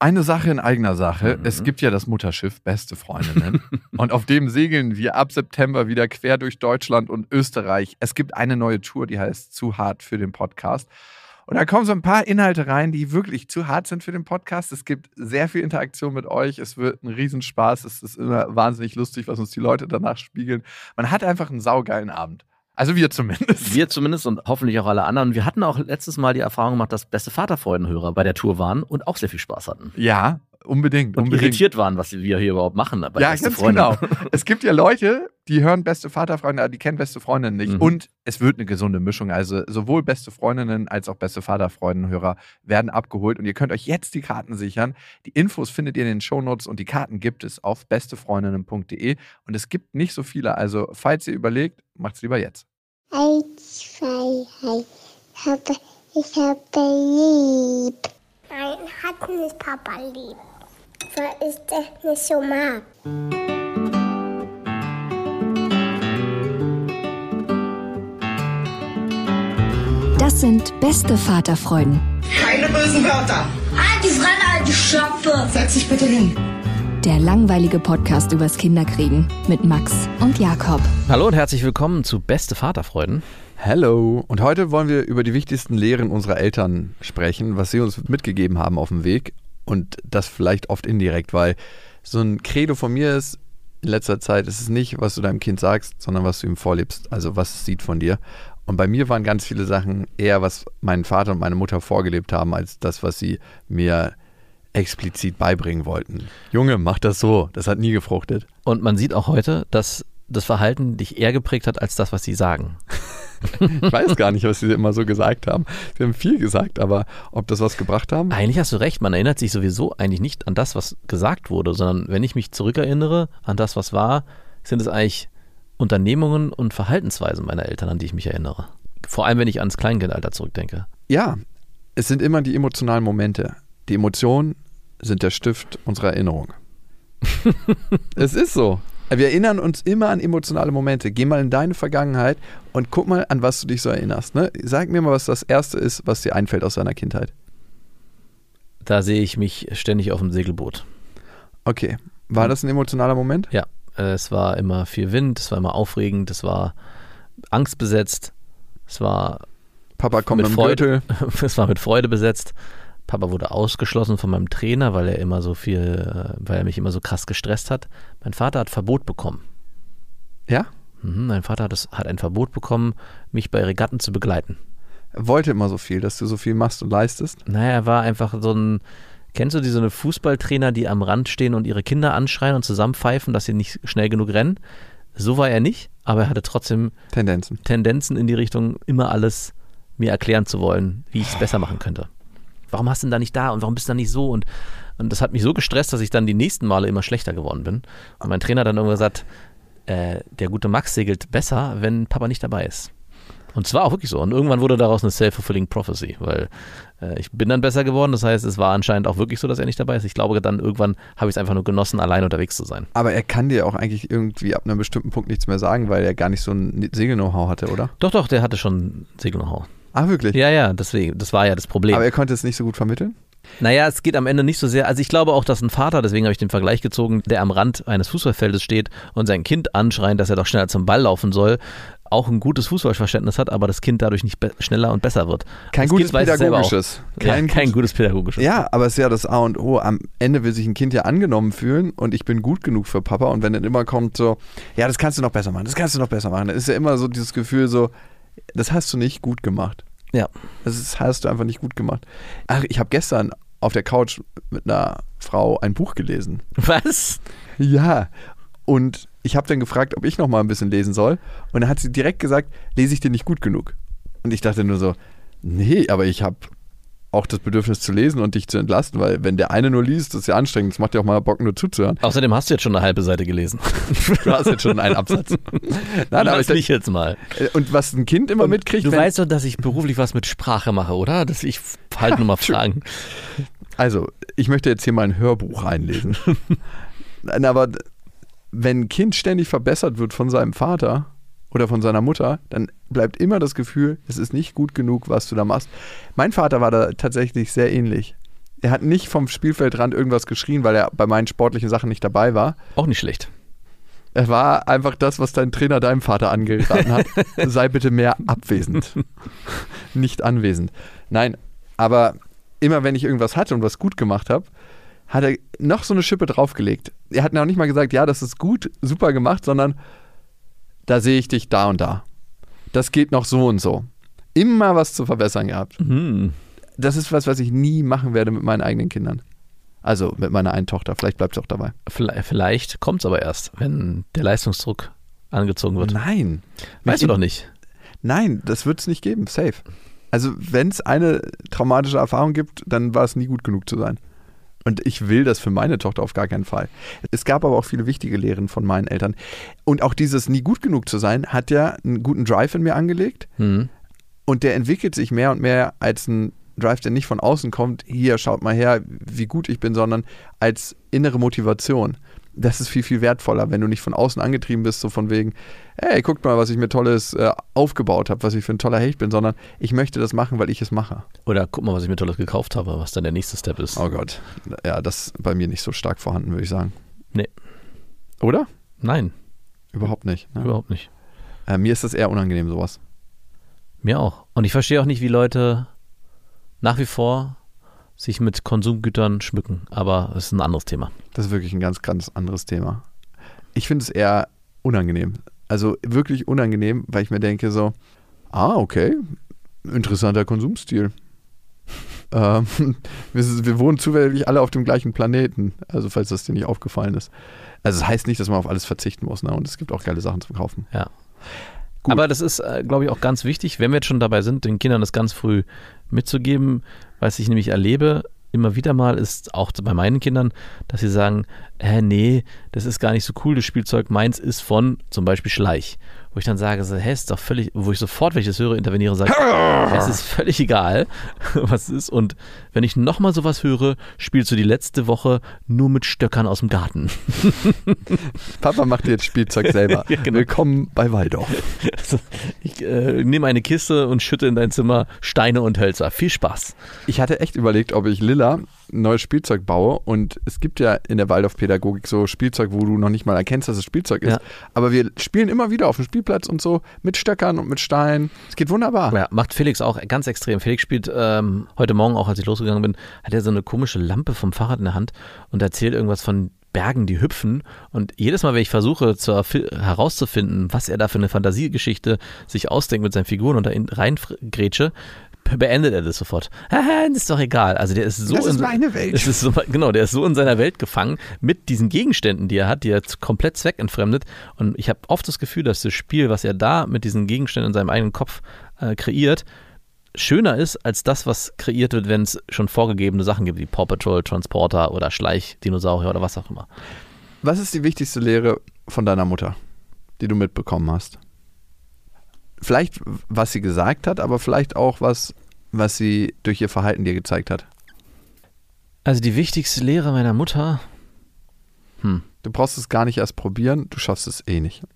Eine Sache in eigener Sache. Es gibt ja das Mutterschiff Beste Freundinnen. Und auf dem segeln wir ab September wieder quer durch Deutschland und Österreich. Es gibt eine neue Tour, die heißt Zu hart für den Podcast. Und da kommen so ein paar Inhalte rein, die wirklich zu hart sind für den Podcast. Es gibt sehr viel Interaktion mit euch. Es wird ein Riesenspaß. Es ist immer wahnsinnig lustig, was uns die Leute danach spiegeln. Man hat einfach einen saugeilen Abend. Also wir zumindest. Wir zumindest und hoffentlich auch alle anderen. Wir hatten auch letztes Mal die Erfahrung gemacht, dass Beste Vaterfreudenhörer bei der Tour waren und auch sehr viel Spaß hatten. Ja, unbedingt. Und irritiert waren, was wir hier überhaupt machen. Bei ja, Beste ganz Freunde. Genau. Es gibt ja Leute, die hören Beste Vaterfreunde, aber die kennen Beste Freundinnen nicht. Und es wird eine gesunde Mischung. Also sowohl Beste Freundinnen als auch Beste Vaterfreundenhörer werden abgeholt. Und ihr könnt euch jetzt die Karten sichern. Die Infos findet ihr in den Shownotes und die Karten gibt es auf bestefreundinnen.de. Und es gibt nicht so viele. Also falls ihr überlegt, macht's lieber jetzt. Eisfreiheit. Ich habe lieb. Nein, hat nicht Papa lieb. Weil ich das nicht so mag. Das sind Beste Vaterfreuden. Keine bösen Wörter. Halt die Fremde, halt die Schöpfe. Setz dich bitte hin. Der langweilige Podcast übers Kinderkriegen mit Max und Jakob. Hallo und herzlich willkommen zu Beste Vaterfreuden. Hello. Und heute wollen wir über die wichtigsten Lehren unserer Eltern sprechen, was sie uns mitgegeben haben auf dem Weg. Und das vielleicht oft indirekt, weil so ein Credo von mir ist in letzter Zeit, es ist nicht, was du deinem Kind sagst, sondern was du ihm vorlebst, also was es sieht von dir. Und bei mir waren ganz viele Sachen eher, was mein Vater und meine Mutter vorgelebt haben, als das, was sie mir explizit beibringen wollten. Junge, mach das so. Das hat nie gefruchtet. Und man sieht auch heute, dass das Verhalten dich eher geprägt hat, als das, was sie sagen. Ich weiß gar nicht, was sie immer so gesagt haben. Sie haben viel gesagt, aber ob das was gebracht haben? Eigentlich hast du recht, man erinnert sich sowieso eigentlich nicht an das, was gesagt wurde, sondern wenn ich mich zurückerinnere an das, was war, sind es eigentlich Unternehmungen und Verhaltensweisen meiner Eltern, an die ich mich erinnere. Vor allem, wenn ich ans Kleinkindalter zurückdenke. Ja, es sind immer die emotionalen Momente. Die Emotionen sind der Stift unserer Erinnerung. Es ist so. Wir erinnern uns immer an emotionale Momente. Geh mal in deine Vergangenheit und guck mal, an was du dich so erinnerst. Ne? Sag mir mal, was das Erste ist, was dir einfällt aus deiner Kindheit. Da sehe ich mich ständig auf dem Segelboot. Okay. War das ein emotionaler Moment? Ja, es war immer viel Wind, es war immer aufregend, es war angstbesetzt, es war Papa kommt mit Freude, es war mit Freude besetzt. Papa wurde ausgeschlossen von meinem Trainer, weil er mich immer so krass gestresst hat. Mein Vater hat Verbot bekommen. Ja? Mein Vater hat ein Verbot bekommen, mich bei Regatten zu begleiten. Er wollte immer so viel, dass du so viel machst und leistest? Naja, er war einfach kennst du so eine Fußballtrainer, die am Rand stehen und ihre Kinder anschreien und zusammenpfeifen, dass sie nicht schnell genug rennen? So war er nicht, aber er hatte trotzdem Tendenzen in die Richtung, immer alles mir erklären zu wollen, wie ich es besser machen könnte. Warum hast du denn da nicht da und warum bist du da nicht so? Und das hat mich so gestresst, dass ich dann die nächsten Male immer schlechter geworden bin. Und mein Trainer dann irgendwann gesagt, der gute Max segelt besser, wenn Papa nicht dabei ist. Und es war auch wirklich so. Und irgendwann wurde daraus eine self-fulfilling prophecy, weil ich bin dann besser geworden. Das heißt, es war anscheinend auch wirklich so, dass er nicht dabei ist. Ich glaube, dann irgendwann habe ich es einfach nur genossen, allein unterwegs zu sein. Aber er kann dir auch eigentlich irgendwie ab einem bestimmten Punkt nichts mehr sagen, weil er gar nicht so ein Segel-Know-how hatte, oder? Doch, der hatte schon Segel-Know-how. Ah, wirklich? Ja, deswegen, das war ja das Problem. Aber er konnte es nicht so gut vermitteln? Naja, es geht am Ende nicht so sehr, also ich glaube auch, dass ein Vater, deswegen habe ich den Vergleich gezogen, der am Rand eines Fußballfeldes steht und sein Kind anschreit, dass er doch schneller zum Ball laufen soll, auch ein gutes Fußballverständnis hat, aber das Kind dadurch nicht schneller und besser wird. Kein gutes pädagogisches. Kein gutes pädagogisches. Ja, aber es ist ja das A und O. Am Ende will sich ein Kind ja angenommen fühlen und ich bin gut genug für Papa und wenn dann immer kommt so, ja, das kannst du noch besser machen, dann ist ja immer so dieses Gefühl so, das hast du nicht gut gemacht. Ja. Das hast du einfach nicht gut gemacht. Ach, ich habe gestern auf der Couch mit einer Frau ein Buch gelesen. Was? Ja. Und ich habe dann gefragt, ob ich noch mal ein bisschen lesen soll. Und dann hat sie direkt gesagt, lese ich dir nicht gut genug? Und ich dachte nur so, nee, aber ich habe auch das Bedürfnis zu lesen und dich zu entlasten, weil wenn der eine nur liest, das ist ja anstrengend, das macht ja auch mal Bock nur zuzuhören. Außerdem hast du jetzt schon eine halbe Seite gelesen. Du hast jetzt schon einen Absatz. Nein, aber ich jetzt mal. Und was ein Kind immer mitkriegt... Du weißt doch, dass ich beruflich was mit Sprache mache, oder? Dass ich halt nur mal fragen. Also, ich möchte jetzt hier mal ein Hörbuch einlesen. Nein, aber wenn ein Kind ständig verbessert wird von seinem Vater oder von seiner Mutter, dann bleibt immer das Gefühl, es ist nicht gut genug, was du da machst. Mein Vater war da tatsächlich sehr ähnlich. Er hat nicht vom Spielfeldrand irgendwas geschrien, weil er bei meinen sportlichen Sachen nicht dabei war. Auch nicht schlecht. Er war einfach das, was dein Trainer deinem Vater angeraten hat. Sei bitte mehr abwesend. Nicht anwesend. Nein, aber immer wenn ich irgendwas hatte und was gut gemacht habe, hat er noch so eine Schippe draufgelegt. Er hat noch nicht mal gesagt, ja, das ist gut, super gemacht, sondern da sehe ich dich da und da. Das geht noch so und so. Immer was zu verbessern gehabt. Das ist was ich nie machen werde mit meinen eigenen Kindern. Also mit meiner einen Tochter. Vielleicht bleibt es auch dabei. Vielleicht kommt es aber erst, wenn der Leistungsdruck angezogen wird. Nein. Weißt du doch nicht. Nein, das wird es nicht geben. Safe. Also wenn es eine traumatische Erfahrung gibt, dann war es nie gut genug zu sein. Und ich will das für meine Tochter auf gar keinen Fall. Es gab aber auch viele wichtige Lehren von meinen Eltern. Und auch dieses nie gut genug zu sein, hat ja einen guten Drive in mir angelegt. Und der entwickelt sich mehr und mehr als ein Drive, der nicht von außen kommt, hier, schaut mal her, wie gut ich bin, sondern als innere Motivation. Das ist viel, viel wertvoller, wenn du nicht von außen angetrieben bist, so von wegen, hey, guckt mal, was ich mir Tolles aufgebaut habe, was ich für ein toller Hecht bin, sondern ich möchte das machen, weil ich es mache. Oder guck mal, was ich mir Tolles gekauft habe, was dann der nächste Step ist. Oh Gott, ja, das ist bei mir nicht so stark vorhanden, würde ich sagen. Nee. Oder? Nein. Überhaupt nicht. Ne? Überhaupt nicht. Mir ist das eher unangenehm, sowas. Mir auch. Und ich verstehe auch nicht, wie Leute nach wie vor sich mit Konsumgütern schmücken. Aber das ist ein anderes Thema. Das ist wirklich ein ganz, ganz anderes Thema. Ich finde es eher unangenehm. Also wirklich unangenehm, weil ich mir denke so, okay, interessanter Konsumstil. Wir wohnen zufällig alle auf dem gleichen Planeten. Also falls das dir nicht aufgefallen ist. Also das heißt nicht, dass man auf alles verzichten muss. Ne? Und es gibt auch geile Sachen zum Kaufen. Ja. Gut. Aber das ist, glaube ich, auch ganz wichtig, wenn wir jetzt schon dabei sind, den Kindern das ganz früh mitzugeben, was ich nämlich erlebe, immer wieder mal ist auch bei meinen Kindern, dass sie sagen, nee, das ist gar nicht so cool, das Spielzeug, meins ist von zum Beispiel Schleich. Wo ich dann sage, so, ist doch völlig, wo ich sofort, wenn ich das höre, interveniere, sage, es ist völlig egal, was es ist. Und wenn ich nochmal sowas höre, spielst du die letzte Woche nur mit Stöckern aus dem Garten. Papa macht dir jetzt Spielzeug selber. Ja, genau. Willkommen bei Waldorf. Also, ich nehme eine Kiste und schütte in dein Zimmer Steine und Hölzer. Viel Spaß. Ich hatte echt überlegt, ob ich Lilla ein neues Spielzeug baue, und es gibt ja in der Waldorfpädagogik so Spielzeug, wo du noch nicht mal erkennst, dass es Spielzeug ist, aber wir spielen immer wieder auf dem Spielplatz und so mit Stöckern und mit Steinen. Es geht wunderbar. Ja, macht Felix auch ganz extrem. Felix spielt heute Morgen auch, als ich losgegangen bin, hat er so eine komische Lampe vom Fahrrad in der Hand und erzählt irgendwas von Bergen, die hüpfen, und jedes Mal, wenn ich versuche herauszufinden, was er da für eine Fantasiegeschichte sich ausdenkt mit seinen Figuren und da reingrätsche, beendet er das sofort. Das ist doch egal. Also der ist so das ist meine Welt. Das ist so, genau, der ist so in seiner Welt gefangen mit diesen Gegenständen, die er hat, die er komplett zweckentfremdet. Und ich habe oft das Gefühl, dass das Spiel, was er da mit diesen Gegenständen in seinem eigenen Kopf kreiert, schöner ist als das, was kreiert wird, wenn es schon vorgegebene Sachen gibt, wie Paw Patrol, Transporter oder Schleichdinosaurier oder was auch immer. Was ist die wichtigste Lehre von deiner Mutter, die du mitbekommen hast? Vielleicht, was sie gesagt hat, aber vielleicht auch was sie durch ihr Verhalten dir gezeigt hat. Also die wichtigste Lehre meiner Mutter? Du brauchst es gar nicht erst probieren, du schaffst es eh nicht.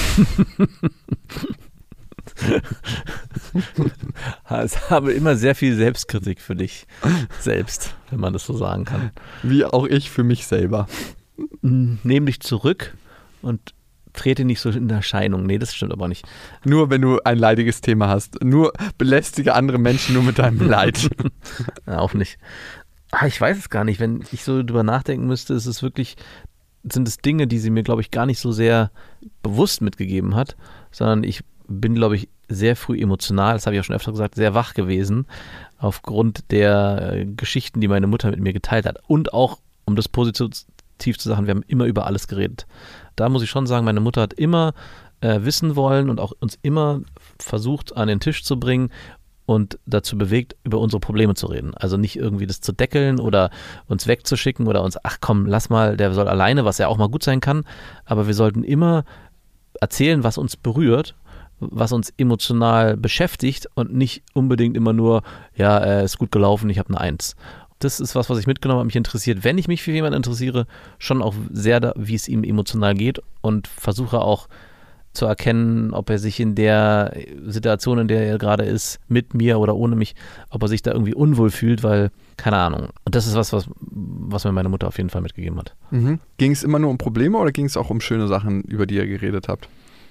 Ich habe immer sehr viel Selbstkritik für dich selbst, wenn man das so sagen kann. Wie auch ich für mich selber. Nehm dich zurück und trete nicht so in Erscheinung. Nee, das stimmt aber nicht. Nur wenn du ein leidiges Thema hast. Nur belästige andere Menschen nur mit deinem Leid. Ja, auch nicht. Ich weiß es gar nicht. Wenn ich so drüber nachdenken müsste, sind es Dinge, die sie mir, glaube ich, gar nicht so sehr bewusst mitgegeben hat, sondern ich bin, glaube ich, sehr früh emotional, das habe ich auch schon öfter gesagt, sehr wach gewesen, aufgrund der Geschichten, die meine Mutter mit mir geteilt hat. Und auch, um das positiv zu sagen, wir haben immer über alles geredet. Da muss ich schon sagen, meine Mutter hat immer wissen wollen und auch uns immer versucht, an den Tisch zu bringen und dazu bewegt, über unsere Probleme zu reden. Also nicht irgendwie das zu deckeln oder uns wegzuschicken oder uns, ach komm, lass mal, der soll alleine, was ja auch mal gut sein kann, aber wir sollten immer erzählen, was uns berührt, was uns emotional beschäftigt und nicht unbedingt immer nur, ist gut gelaufen, ich habe eine 1. Das ist was ich mitgenommen habe, mich interessiert. Wenn ich mich für jemanden interessiere, schon auch sehr, wie es ihm emotional geht, und versuche auch zu erkennen, ob er sich in der Situation, in der er gerade ist, mit mir oder ohne mich, ob er sich da irgendwie unwohl fühlt, weil, keine Ahnung. Und das ist was mir meine Mutter auf jeden Fall mitgegeben hat. Mhm. Ging es immer nur um Probleme oder ging es auch um schöne Sachen, über die ihr geredet habt?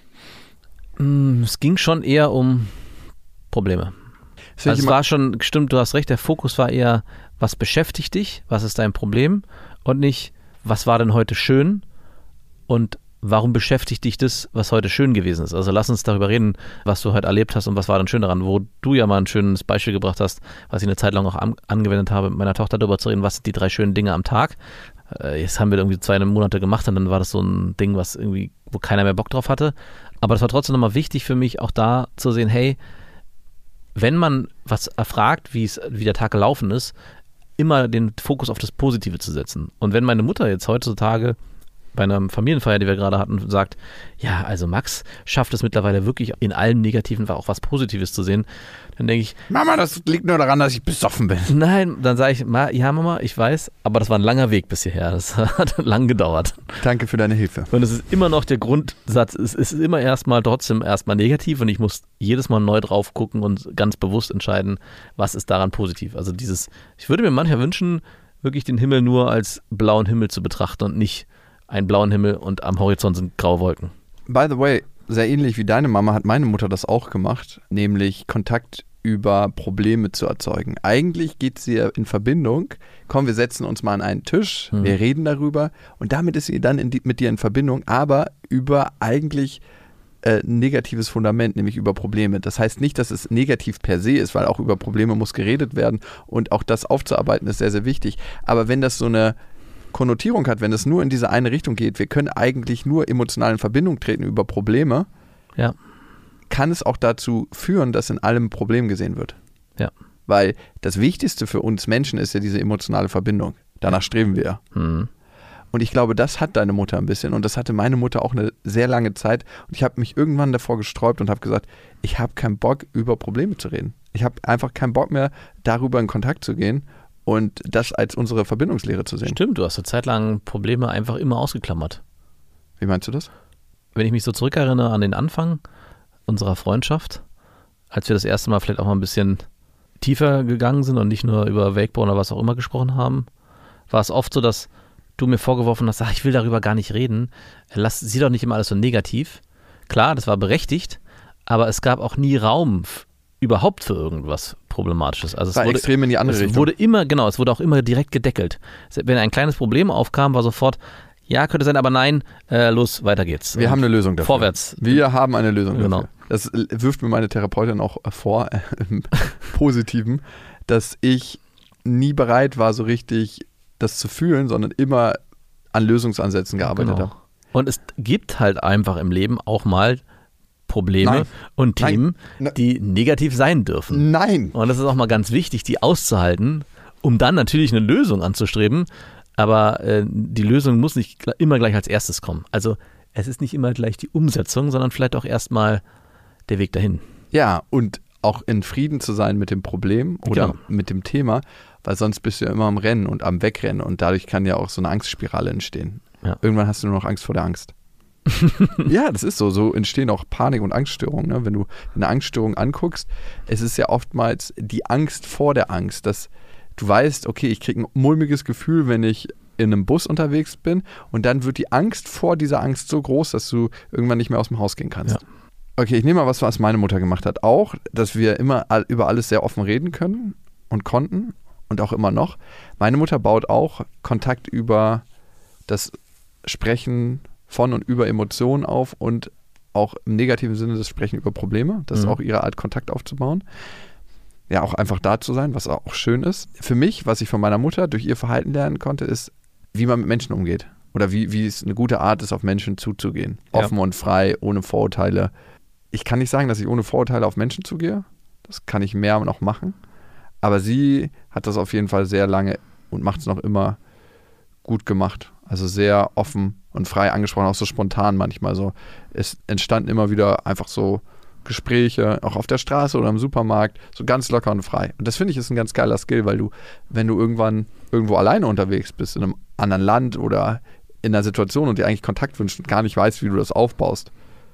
Es ging schon eher um Probleme. Also es war schon, stimmt, du hast recht, der Fokus war eher, was beschäftigt dich, was ist dein Problem und nicht, was war denn heute schön und warum beschäftigt dich das, was heute schön gewesen ist. Also lass uns darüber reden, was du heute erlebt hast und was war denn schön daran, wo du ja mal ein schönes Beispiel gebracht hast, was ich eine Zeit lang auch angewendet habe, mit meiner Tochter darüber zu reden, was sind die 3 schönen Dinge am Tag. Jetzt haben wir irgendwie 2 Monate gemacht und dann war das so ein Ding, was irgendwie, wo keiner mehr Bock drauf hatte. Aber das war trotzdem nochmal wichtig für mich, auch da zu sehen, hey, wenn man was erfragt, wie der Tag gelaufen ist, immer den Fokus auf das Positive zu setzen. Und wenn meine Mutter jetzt heutzutage bei einer Familienfeier, die wir gerade hatten, sagt, ja, also Max schafft es mittlerweile wirklich in allem Negativen auch was Positives zu sehen, dann denke ich, Mama, das liegt nur daran, dass ich besoffen bin. Nein, dann sage ich, ja Mama, ich weiß, aber das war ein langer Weg bis hierher, das hat lang gedauert. Danke für deine Hilfe. Und es ist immer noch der Grundsatz, es ist immer trotzdem erstmal negativ und ich muss jedes Mal neu drauf gucken und ganz bewusst entscheiden, was ist daran positiv. Also ich würde mir manchmal wünschen, wirklich den Himmel nur als blauen Himmel zu betrachten und nicht einen blauen Himmel und am Horizont sind graue Wolken. By the way, sehr ähnlich wie deine Mama hat meine Mutter das auch gemacht, nämlich Kontakt über Probleme zu erzeugen. Eigentlich geht sie ja in Verbindung, komm, wir setzen uns mal an einen Tisch, wir reden darüber und damit ist sie dann mit dir in Verbindung, aber über eigentlich negatives Fundament, nämlich über Probleme. Das heißt nicht, dass es negativ per se ist, weil auch über Probleme muss geredet werden und auch das aufzuarbeiten ist sehr, sehr wichtig. Aber wenn das so eine Konnotierung hat, wenn es nur in diese eine Richtung geht, wir können eigentlich nur emotional in Verbindung treten über Probleme, ja, kann es auch dazu führen, dass in allem ein Problem gesehen wird. Ja. Weil das Wichtigste für uns Menschen ist ja diese emotionale Verbindung. Danach streben wir ja. Und ich glaube, das hat deine Mutter ein bisschen und das hatte meine Mutter auch eine sehr lange Zeit und ich habe mich irgendwann davor gesträubt und habe gesagt, ich habe keinen Bock, über Probleme zu reden. Ich habe einfach keinen Bock mehr, darüber in Kontakt zu gehen und das als unsere Verbindungslehre zu sehen. Stimmt, du hast eine Zeit lang Probleme einfach immer ausgeklammert. Wie meinst du das? Wenn ich mich so zurückerinnere an den Anfang unserer Freundschaft, als wir das erste Mal vielleicht auch mal ein bisschen tiefer gegangen sind und nicht nur über Wakeboard oder was auch immer gesprochen haben, war es oft so, dass du mir vorgeworfen hast, ich will darüber gar nicht reden, sieh doch nicht immer alles so negativ. Klar, das war berechtigt, aber es gab auch nie Raum überhaupt für irgendwas Problematisches. Also es war extrem in die andere Richtung. Es wurde auch immer direkt gedeckelt. Wenn ein kleines Problem aufkam, war sofort, ja, könnte sein, aber nein, los, weiter geht's. Wir haben eine Lösung dafür. Vorwärts. Wir haben eine Lösung genau. dafür. Das wirft mir meine Therapeutin auch vor, im Positiven, dass ich nie bereit war, so richtig das zu fühlen, sondern immer an Lösungsansätzen gearbeitet habe. Und es gibt halt einfach im Leben auch mal Probleme und Themen, die negativ sein dürfen. Nein. Und das ist auch mal ganz wichtig, die auszuhalten, um dann natürlich eine Lösung anzustreben. Aber die Lösung muss nicht immer gleich als erstes kommen. Also es ist nicht immer gleich die Umsetzung, sondern vielleicht auch erstmal der Weg dahin. Ja, und auch in Frieden zu sein mit dem Problem oder mit dem Thema, weil sonst bist du ja immer am Rennen und am Wegrennen und dadurch kann ja auch so eine Angstspirale entstehen. Ja. Irgendwann hast du nur noch Angst vor der Angst. Ja, das ist so. So entstehen auch Panik- und Angststörungen. Ne? Wenn du eine Angststörung anguckst, es ist ja oftmals die Angst vor der Angst, dass du weißt, okay, ich kriege ein mulmiges Gefühl, wenn ich in einem Bus unterwegs bin und dann wird die Angst vor dieser Angst so groß, dass du irgendwann nicht mehr aus dem Haus gehen kannst. Ja. Okay, ich nehme mal was meine Mutter gemacht hat. Auch, dass wir immer über alles sehr offen reden können und konnten und auch immer noch. Meine Mutter baut auch Kontakt über das Sprechen von und über Emotionen auf und auch im negativen Sinne das Sprechen über Probleme. Das ist auch ihre Art, Kontakt aufzubauen. Ja, auch einfach da zu sein, was auch schön ist. Für mich, was ich von meiner Mutter durch ihr Verhalten lernen konnte, ist, wie man mit Menschen umgeht. Oder wie es eine gute Art ist, auf Menschen zuzugehen. Offen und frei, ohne Vorurteile. Ich kann nicht sagen, dass ich ohne Vorurteile auf Menschen zugehe. Das kann ich mehr noch machen. Aber sie hat das auf jeden Fall sehr lange und macht es noch immer gut gemacht. Also sehr offen und frei angesprochen, auch so spontan manchmal. So. Es entstanden immer wieder einfach so Gespräche, auch auf der Straße oder im Supermarkt, so ganz locker und frei. Und das finde ich ist ein ganz geiler Skill, weil wenn du irgendwann irgendwo alleine unterwegs bist, in einem anderen Land oder in einer Situation und dir eigentlich Kontakt wünschst und gar nicht weißt, wie du das aufbaust,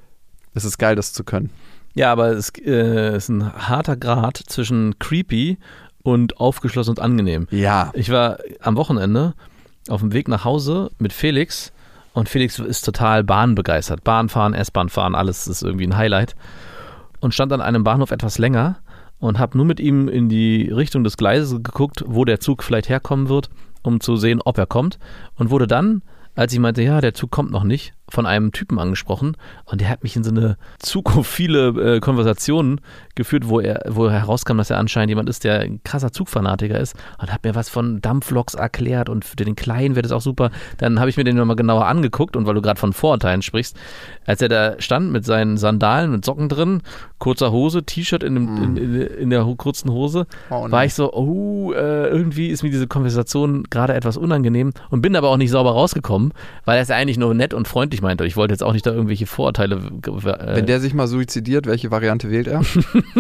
Es ist geil, das zu können. Ja, aber es ist ein harter Grat zwischen creepy und aufgeschlossen und angenehm. Ja. Ich war am Wochenende auf dem Weg nach Hause mit Felix und Felix ist total bahnbegeistert. Bahnfahren, S-Bahn fahren, alles ist irgendwie ein Highlight. Und stand an einem Bahnhof etwas länger und habe nur mit ihm in die Richtung des Gleises geguckt, wo der Zug vielleicht herkommen wird, um zu sehen, ob er kommt. Und wurde dann, als ich meinte, ja, der Zug kommt noch nicht, von einem Typen angesprochen und der hat mich in so eine zugophile Konversation geführt, wo er herauskam, dass er anscheinend jemand ist, der ein krasser Zugfanatiker ist und hat mir was von Dampfloks erklärt und für den Kleinen wäre das auch super. Dann habe ich mir den nochmal genauer angeguckt und weil du gerade von Vorurteilen sprichst, als er da stand mit seinen Sandalen mit Socken drin, kurzer Hose, T-Shirt in der kurzen Hose, war ich so, irgendwie ist mir diese Konversation gerade etwas unangenehm und bin aber auch nicht sauber rausgekommen, weil er ist eigentlich nur nett und freundlich meinte. Ich wollte jetzt auch nicht da irgendwelche Vorurteile. Wenn der sich mal suizidiert, welche Variante wählt er?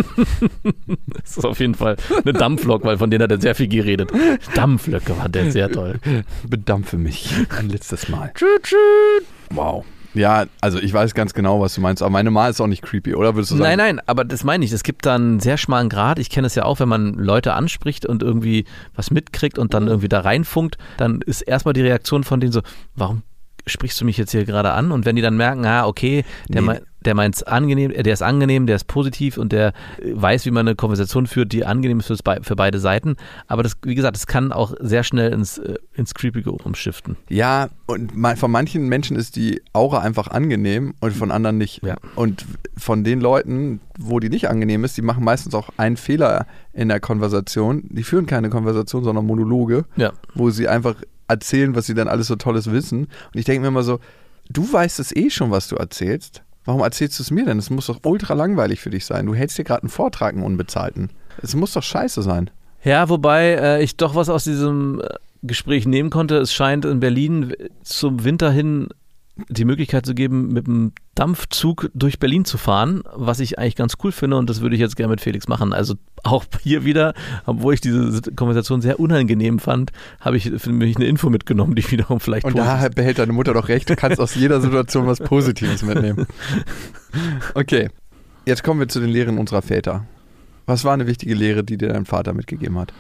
Das ist auf jeden Fall eine Dampflok, weil von denen hat er sehr viel geredet. Dampflöcke war der sehr toll. Bedampfe mich ein letztes Mal. Tschüt, tschüt. Wow. Ja, also ich weiß ganz genau, was du meinst, aber meine Ma ist auch nicht creepy, oder würdest du sagen? Nein, aber das meine ich. Es gibt da einen sehr schmalen Grat. Ich kenne es ja auch, wenn man Leute anspricht und irgendwie was mitkriegt und dann irgendwie da reinfunkt, dann ist erstmal die Reaktion von denen so, warum sprichst du mich jetzt hier gerade an? Und wenn die dann merken, okay, der meint's angenehm, der ist angenehm, der ist positiv und der weiß, wie man eine Konversation führt, die angenehm ist für beide Seiten. Aber das, wie gesagt, das kann auch sehr schnell ins Creepige umschiften. Ja, und von manchen Menschen ist die Aura einfach angenehm und von anderen nicht. Ja. Und von den Leuten, wo die nicht angenehm ist, die machen meistens auch einen Fehler in der Konversation. Die führen keine Konversation, sondern Monologe, wo sie einfach erzählen, was sie dann alles so Tolles wissen. Und ich denke mir immer so, du weißt es eh schon, was du erzählst. Warum erzählst du es mir denn? Es muss doch ultra langweilig für dich sein. Du hältst dir gerade einen Vortrag, einen unbezahlten. Es muss doch scheiße sein. Ja, wobei ich doch was aus diesem Gespräch nehmen konnte. Es scheint in Berlin zum Winter hin die Möglichkeit zu geben, mit einem Dampfzug durch Berlin zu fahren, was ich eigentlich ganz cool finde und das würde ich jetzt gerne mit Felix machen. Also auch hier wieder, obwohl ich diese Konversation sehr unangenehm fand, habe ich für mich eine Info mitgenommen, die wiederum vielleicht und da behält deine Mutter doch recht, du kannst aus jeder Situation was Positives mitnehmen. Okay, jetzt kommen wir zu den Lehren unserer Väter. Was war eine wichtige Lehre, die dir dein Vater mitgegeben hat?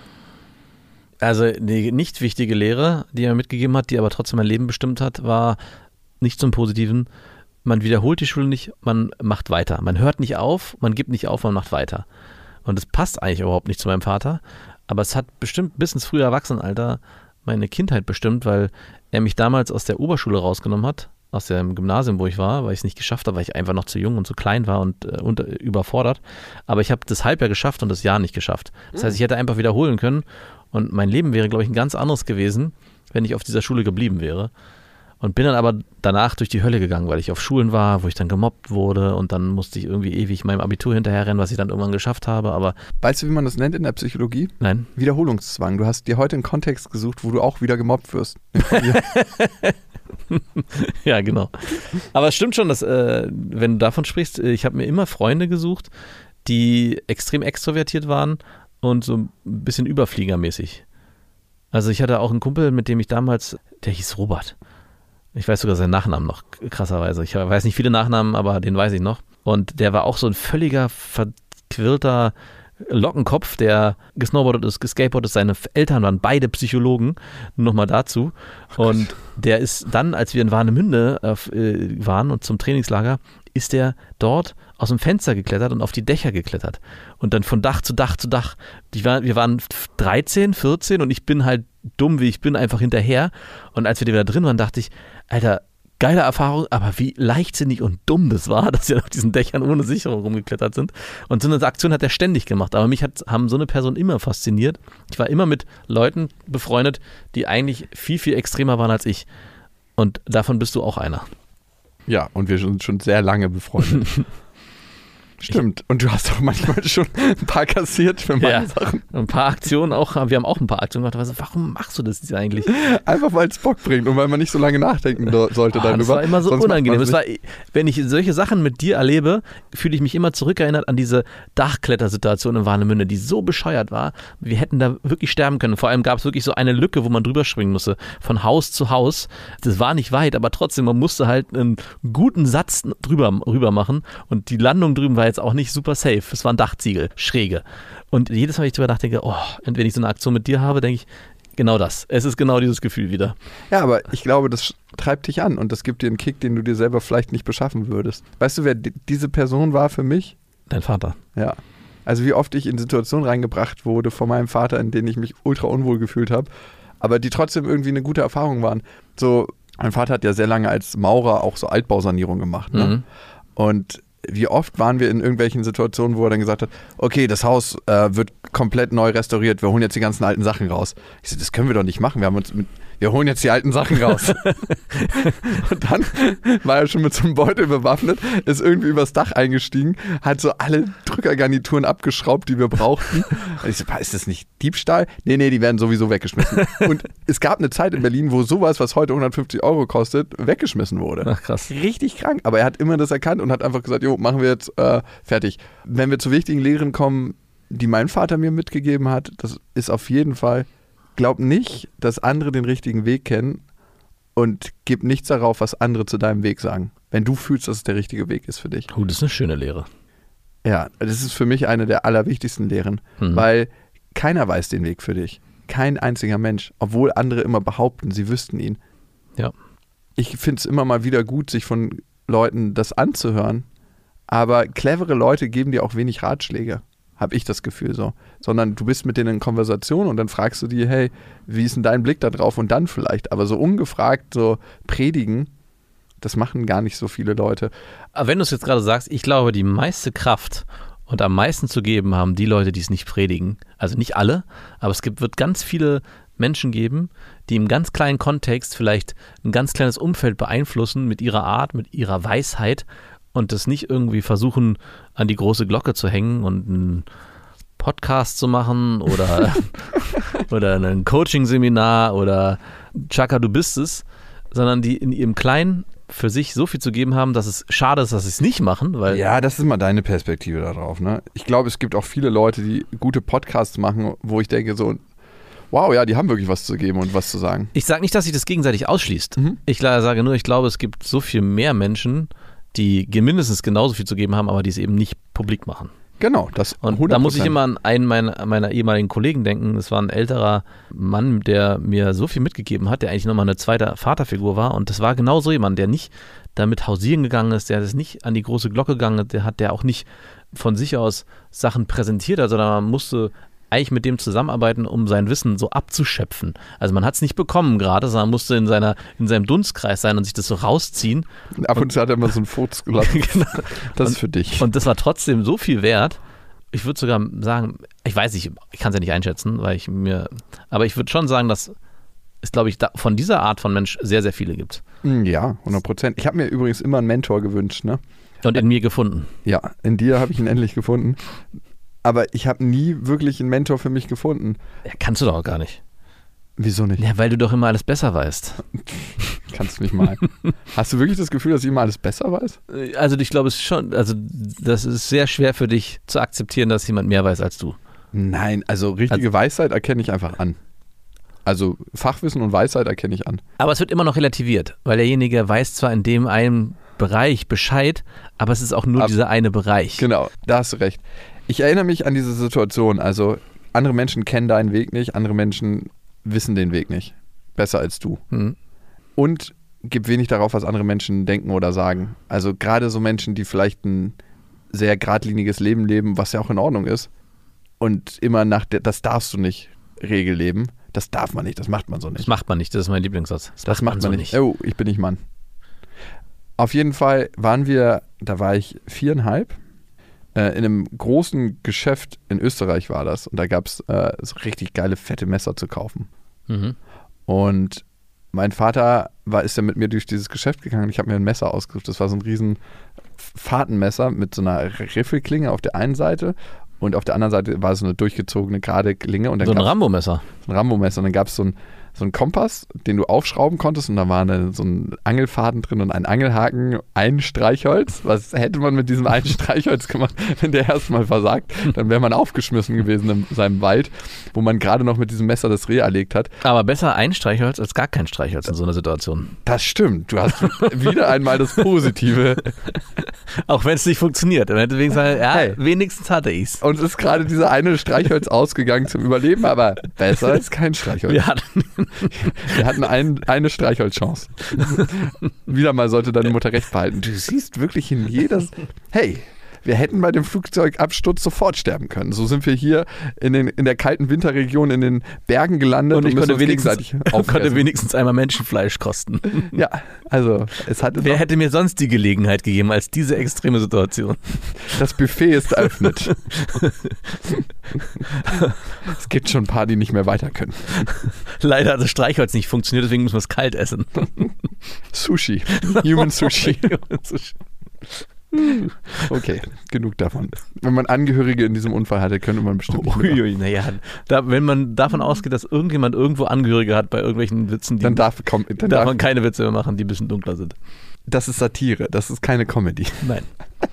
Also eine nicht wichtige Lehre, die er mitgegeben hat, die aber trotzdem mein Leben bestimmt hat, war nicht zum Positiven. Man wiederholt die Schule nicht, man macht weiter. Man hört nicht auf, man gibt nicht auf, man macht weiter. Und das passt eigentlich überhaupt nicht zu meinem Vater, aber es hat bestimmt bis ins frühe Erwachsenenalter meine Kindheit bestimmt, weil er mich damals aus der Oberschule rausgenommen hat, aus dem Gymnasium, wo ich war, weil ich es nicht geschafft habe, weil ich einfach noch zu jung und zu klein war und überfordert. Aber ich habe das Halbjahr geschafft und das Jahr nicht geschafft. Das heißt, ich hätte einfach wiederholen können und mein Leben wäre, glaube ich, ein ganz anderes gewesen, wenn ich auf dieser Schule geblieben wäre. Und bin dann aber danach durch die Hölle gegangen, weil ich auf Schulen war, wo ich dann gemobbt wurde und dann musste ich irgendwie ewig meinem Abitur hinterherrennen, was ich dann irgendwann geschafft habe, aber... Weißt du, wie man das nennt in der Psychologie? Nein. Wiederholungszwang. Du hast dir heute einen Kontext gesucht, wo du auch wieder gemobbt wirst. Ja, genau. Aber es stimmt schon, dass, wenn du davon sprichst, ich habe mir immer Freunde gesucht, die extrem extrovertiert waren und so ein bisschen überfliegermäßig. Also ich hatte auch einen Kumpel, mit dem ich damals, der hieß Robert. Ich weiß sogar seinen Nachnamen noch, krasserweise. Ich weiß nicht viele Nachnamen, aber den weiß ich noch. Und der war auch so ein völliger, verquirlter Lockenkopf, der gesnowboardet ist, geskateboardet ist. Seine Eltern waren beide Psychologen, nur nochmal dazu. Und der ist dann, als wir in Warnemünde waren und zum Trainingslager, ist der dort aus dem Fenster geklettert und auf die Dächer geklettert. Und dann von Dach zu Dach zu Dach. Wir waren 13, 14 und ich bin halt dumm, wie ich bin, einfach hinterher. Und als wir wieder drin waren, dachte ich, Alter, geile Erfahrung, aber wie leichtsinnig und dumm das war, dass wir auf diesen Dächern ohne Sicherung rumgeklettert sind. Und so eine Aktion hat er ständig gemacht. Aber mich haben so eine Person immer fasziniert. Ich war immer mit Leuten befreundet, die eigentlich viel, viel extremer waren als ich. Und davon bist du auch einer. Ja, und wir sind schon sehr lange befreundet. Stimmt. Und du hast auch manchmal schon ein paar kassiert für meine Sachen. Ein paar Aktionen auch. Wir haben auch ein paar Aktionen gemacht. Also, warum machst du das jetzt eigentlich? Einfach, weil es Bock bringt und weil man nicht so lange nachdenken sollte darüber. Das war immer so unangenehm. Wenn ich solche Sachen mit dir erlebe, fühle ich mich immer zurückerinnert an diese Dachklettersituation in Warnemünde, die so bescheuert war. Wir hätten da wirklich sterben können. Vor allem gab es wirklich so eine Lücke, wo man drüber springen musste. Von Haus zu Haus. Das war nicht weit, aber trotzdem, man musste halt einen guten Satz rüber machen. Und die Landung drüben war jetzt auch nicht super safe. Es war ein Dachziegel, schräge. Und jedes Mal, wenn ich drüber nachdenke, und wenn ich so eine Aktion mit dir habe, denke ich, genau das. Es ist genau dieses Gefühl wieder. Ja, aber ich glaube, das treibt dich an und das gibt dir einen Kick, den du dir selber vielleicht nicht beschaffen würdest. Weißt du, wer diese Person war für mich? Dein Vater. Ja. Also wie oft ich in Situationen reingebracht wurde von meinem Vater, in denen ich mich ultra unwohl gefühlt habe, aber die trotzdem irgendwie eine gute Erfahrung waren. So, mein Vater hat ja sehr lange als Maurer auch so Altbausanierung gemacht, ne? Mhm. Und wie oft waren wir in irgendwelchen Situationen, wo er dann gesagt hat, okay, das Haus wird komplett neu restauriert, wir holen jetzt die ganzen alten Sachen raus. Ich so, das können wir doch nicht machen, wir holen jetzt die alten Sachen raus. Und dann war er schon mit so einem Beutel bewaffnet, ist irgendwie übers Dach eingestiegen, hat so alle Drückergarnituren abgeschraubt, die wir brauchten. Und ich so, ist das nicht Diebstahl? Nee, die werden sowieso weggeschmissen. Und es gab eine Zeit in Berlin, wo sowas, was heute 150 € kostet, weggeschmissen wurde. Ach, krass. Richtig krank. Aber er hat immer das erkannt und hat einfach gesagt, jo, machen wir jetzt fertig. Wenn wir zu wichtigen Lehren kommen, die mein Vater mir mitgegeben hat, das ist auf jeden Fall: Glaub nicht, dass andere den richtigen Weg kennen und gib nichts darauf, was andere zu deinem Weg sagen. Wenn du fühlst, dass es der richtige Weg ist für dich. Das ist eine schöne Lehre. Ja, das ist für mich eine der allerwichtigsten Lehren, weil keiner weiß den Weg für dich. Kein einziger Mensch, obwohl andere immer behaupten, sie wüssten ihn. Ja. Ich finde es immer mal wieder gut, sich von Leuten das anzuhören, aber clevere Leute geben dir auch wenig Ratschläge. Habe ich das Gefühl so. Sondern du bist mit denen in Konversation und dann fragst du die, hey, wie ist denn dein Blick da drauf? Und dann vielleicht. Aber so ungefragt so predigen, das machen gar nicht so viele Leute. Aber wenn du es jetzt gerade sagst, ich glaube, die meiste Kraft und am meisten zu geben haben die Leute, die es nicht predigen. Also nicht alle, aber wird ganz viele Menschen geben, die im ganz kleinen Kontext vielleicht ein ganz kleines Umfeld beeinflussen mit ihrer Art, mit ihrer Weisheit und das nicht irgendwie versuchen, an die große Glocke zu hängen und einen Podcast zu machen oder ein Coaching-Seminar oder Chaka, du bist es, sondern die in ihrem Kleinen für sich so viel zu geben haben, dass es schade ist, dass sie es nicht machen. Weil ja, das ist mal deine Perspektive darauf, ne? Ich glaube, es gibt auch viele Leute, die gute Podcasts machen, wo ich denke so, wow, ja, die haben wirklich was zu geben und was zu sagen. Ich sage nicht, dass sich das gegenseitig ausschließt. Ich sage nur, ich glaube, es gibt so viel mehr Menschen, die mindestens genauso viel zu geben haben, aber die es eben nicht publik machen. Genau, das 100%. Und da muss ich immer an einen meiner ehemaligen Kollegen denken. Das war ein älterer Mann, der mir so viel mitgegeben hat, der eigentlich nochmal eine zweite Vaterfigur war. Und das war genau so jemand, der nicht damit hausieren gegangen ist, der das nicht an die große Glocke gegangen ist, der auch nicht von sich aus Sachen präsentiert hat, sondern man musste eigentlich mit dem zusammenarbeiten, um sein Wissen so abzuschöpfen. Also man hat es nicht bekommen gerade, sondern musste in seinem Dunstkreis sein und sich das so rausziehen. Ab und zu hat er immer so einen Furz gelassen. Genau. Das ist für dich. Und das war trotzdem so viel wert. Ich würde sogar sagen, ich weiß nicht, ich kann es ja nicht einschätzen, aber ich würde schon sagen, dass es, glaube ich, von dieser Art von Mensch sehr, sehr viele gibt. Ja, 100%. Ich habe mir übrigens immer einen Mentor gewünscht, ne? Und in mir gefunden. Ja, in dir habe ich ihn endlich gefunden. Aber ich habe nie wirklich einen Mentor für mich gefunden. Ja, kannst du doch auch gar nicht. Wieso nicht? Ja, weil du doch immer alles besser weißt. Kannst du nicht mal. Hast du wirklich das Gefühl, dass ich immer alles besser weiß? Also ich glaube, das ist sehr schwer für dich zu akzeptieren, dass jemand mehr weiß als du. Nein, also richtige Weisheit erkenne ich einfach an. Also Fachwissen und Weisheit erkenne ich an. Aber es wird immer noch relativiert, weil derjenige weiß zwar in dem einen Bereich Bescheid, aber es ist auch nur dieser eine Bereich. Genau, da hast du recht. Ich erinnere mich an diese Situation, also andere Menschen kennen deinen Weg nicht, andere Menschen wissen den Weg nicht. Besser als du. Und gib wenig darauf, was andere Menschen denken oder sagen. Also gerade so Menschen, die vielleicht ein sehr geradliniges Leben leben, was ja auch in Ordnung ist. Und immer das darfst du nicht, Regel leben. Das darf man nicht, das macht man so nicht. Das macht man nicht, das ist mein Lieblingssatz. Das macht man nicht. Oh, ich bin nicht Mann. Auf jeden Fall da war ich 4,5, in einem großen Geschäft in Österreich war das. Und da gab es so richtig geile, fette Messer zu kaufen. Und mein Vater ist er mit mir durch dieses Geschäft gegangen und ich habe mir ein Messer ausgesucht. Das war so ein riesen Fahrtenmesser mit so einer Riffelklinge auf der einen Seite und auf der anderen Seite war so eine durchgezogene gerade Klinge. Und dann so ein Rambo-Messer. So ein Rambo-Messer. Und dann gab es so einen Kompass, den du aufschrauben konntest und da war so ein Angelfaden drin und ein Angelhaken, ein Streichholz. Was hätte man mit diesem einen Streichholz gemacht, wenn der erstmal versagt? Dann wäre man aufgeschmissen gewesen in seinem Wald, wo man gerade noch mit diesem Messer das Reh erlegt hat. Aber besser ein Streichholz als gar kein Streichholz in so einer Situation. Das stimmt. Du hast wieder einmal das Positive. Auch wenn es nicht funktioniert. Dann hätte wenigstens sagen, hey, wenigstens hatte ich es. Uns ist gerade dieser eine Streichholz ausgegangen zum Überleben, aber besser als kein Streichholz. Wir hatten eine Streichholzchance. Wieder mal sollte deine Mutter recht behalten. Du siehst wirklich in jedes... Hey, wir hätten bei dem Flugzeugabsturz sofort sterben können. So sind wir hier in der kalten Winterregion in den Bergen gelandet und ich konnte wenigstens einmal Menschenfleisch kosten. Ja, also es hatte... Wer hätte mir sonst die Gelegenheit gegeben als diese extreme Situation? Das Buffet ist eröffnet. Es gibt schon ein paar, die nicht mehr weiter können. Leider hat das Streichholz nicht funktioniert, deswegen müssen wir es kalt essen. Sushi. Human Sushi. Okay, genug davon. Wenn man Angehörige in diesem Unfall hatte, könnte man bestimmt nicht naja, wenn man davon ausgeht, dass irgendjemand irgendwo Angehörige hat bei irgendwelchen Witzen, dann darf man keine Witze mehr machen, die ein bisschen dunkler sind. Das ist Satire, das ist keine Comedy. Nein.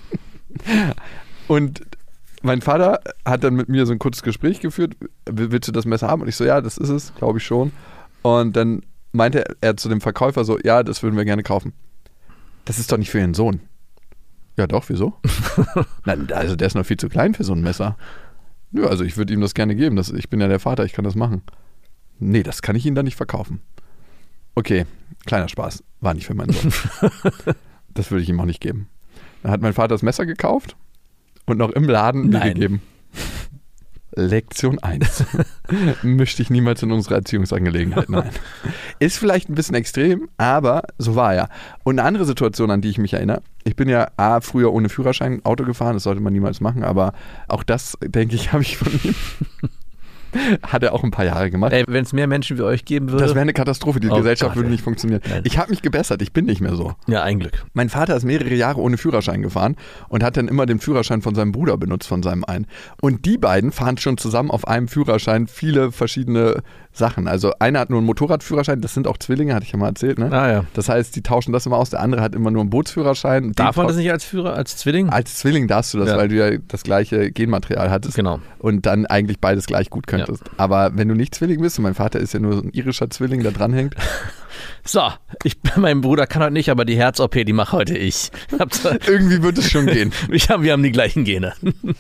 Und mein Vater hat dann mit mir so ein kurzes Gespräch geführt. Willst du das Messer haben? Und ich so, ja, das ist es, glaube ich schon. Und dann meinte er zu dem Verkäufer so, ja, das würden wir gerne kaufen. Das ist doch nicht für Ihren Sohn. Ja doch, wieso? Nein, also der ist noch viel zu klein für so ein Messer. Nö, also ich würde ihm das gerne geben. Ich bin ja der Vater, ich kann das machen. Nee, das kann ich Ihnen dann nicht verkaufen. Okay, kleiner Spaß. War nicht für meinen Sohn. Das würde ich ihm auch nicht geben. Dann hat mein Vater das Messer gekauft und noch im Laden mir gegeben. Lektion 1. Misch dich niemals in unsere Erziehungsangelegenheiten ein. Ist vielleicht ein bisschen extrem, aber so war er. Und eine andere Situation, an die ich mich erinnere, ich bin ja früher ohne Führerschein Auto gefahren, das sollte man niemals machen, aber auch das, denke ich, habe ich von ihm. Hat er auch ein paar Jahre gemacht. Wenn es mehr Menschen wie euch geben würde. Das wäre eine Katastrophe, die Gesellschaft würde nicht funktionieren. Nein. Ich habe mich gebessert, ich bin nicht mehr so. Ja, ein Glück. Mein Vater ist mehrere Jahre ohne Führerschein gefahren und hat dann immer den Führerschein von seinem Bruder benutzt, von seinem einen. Und die beiden fahren schon zusammen auf einem Führerschein viele verschiedene Sachen. Also einer hat nur einen Motorradführerschein, das sind auch Zwillinge, hatte ich ja mal erzählt, ne? Ah ja. Das heißt, die tauschen das immer aus, der andere hat immer nur einen Bootsführerschein. Darf man das nicht als Zwilling? Als Zwilling darfst du das, weil du ja das gleiche Genmaterial hattest. Genau. Und dann eigentlich beides gleich gut könntest. Ja. Aber wenn du nicht Zwilling bist, und mein Vater ist ja nur so ein irischer Zwilling, der dranhängt. So, mein Bruder kann heute nicht, aber die Herz-OP, die mache heute ich. Irgendwie wird es schon gehen. Wir haben die gleichen Gene.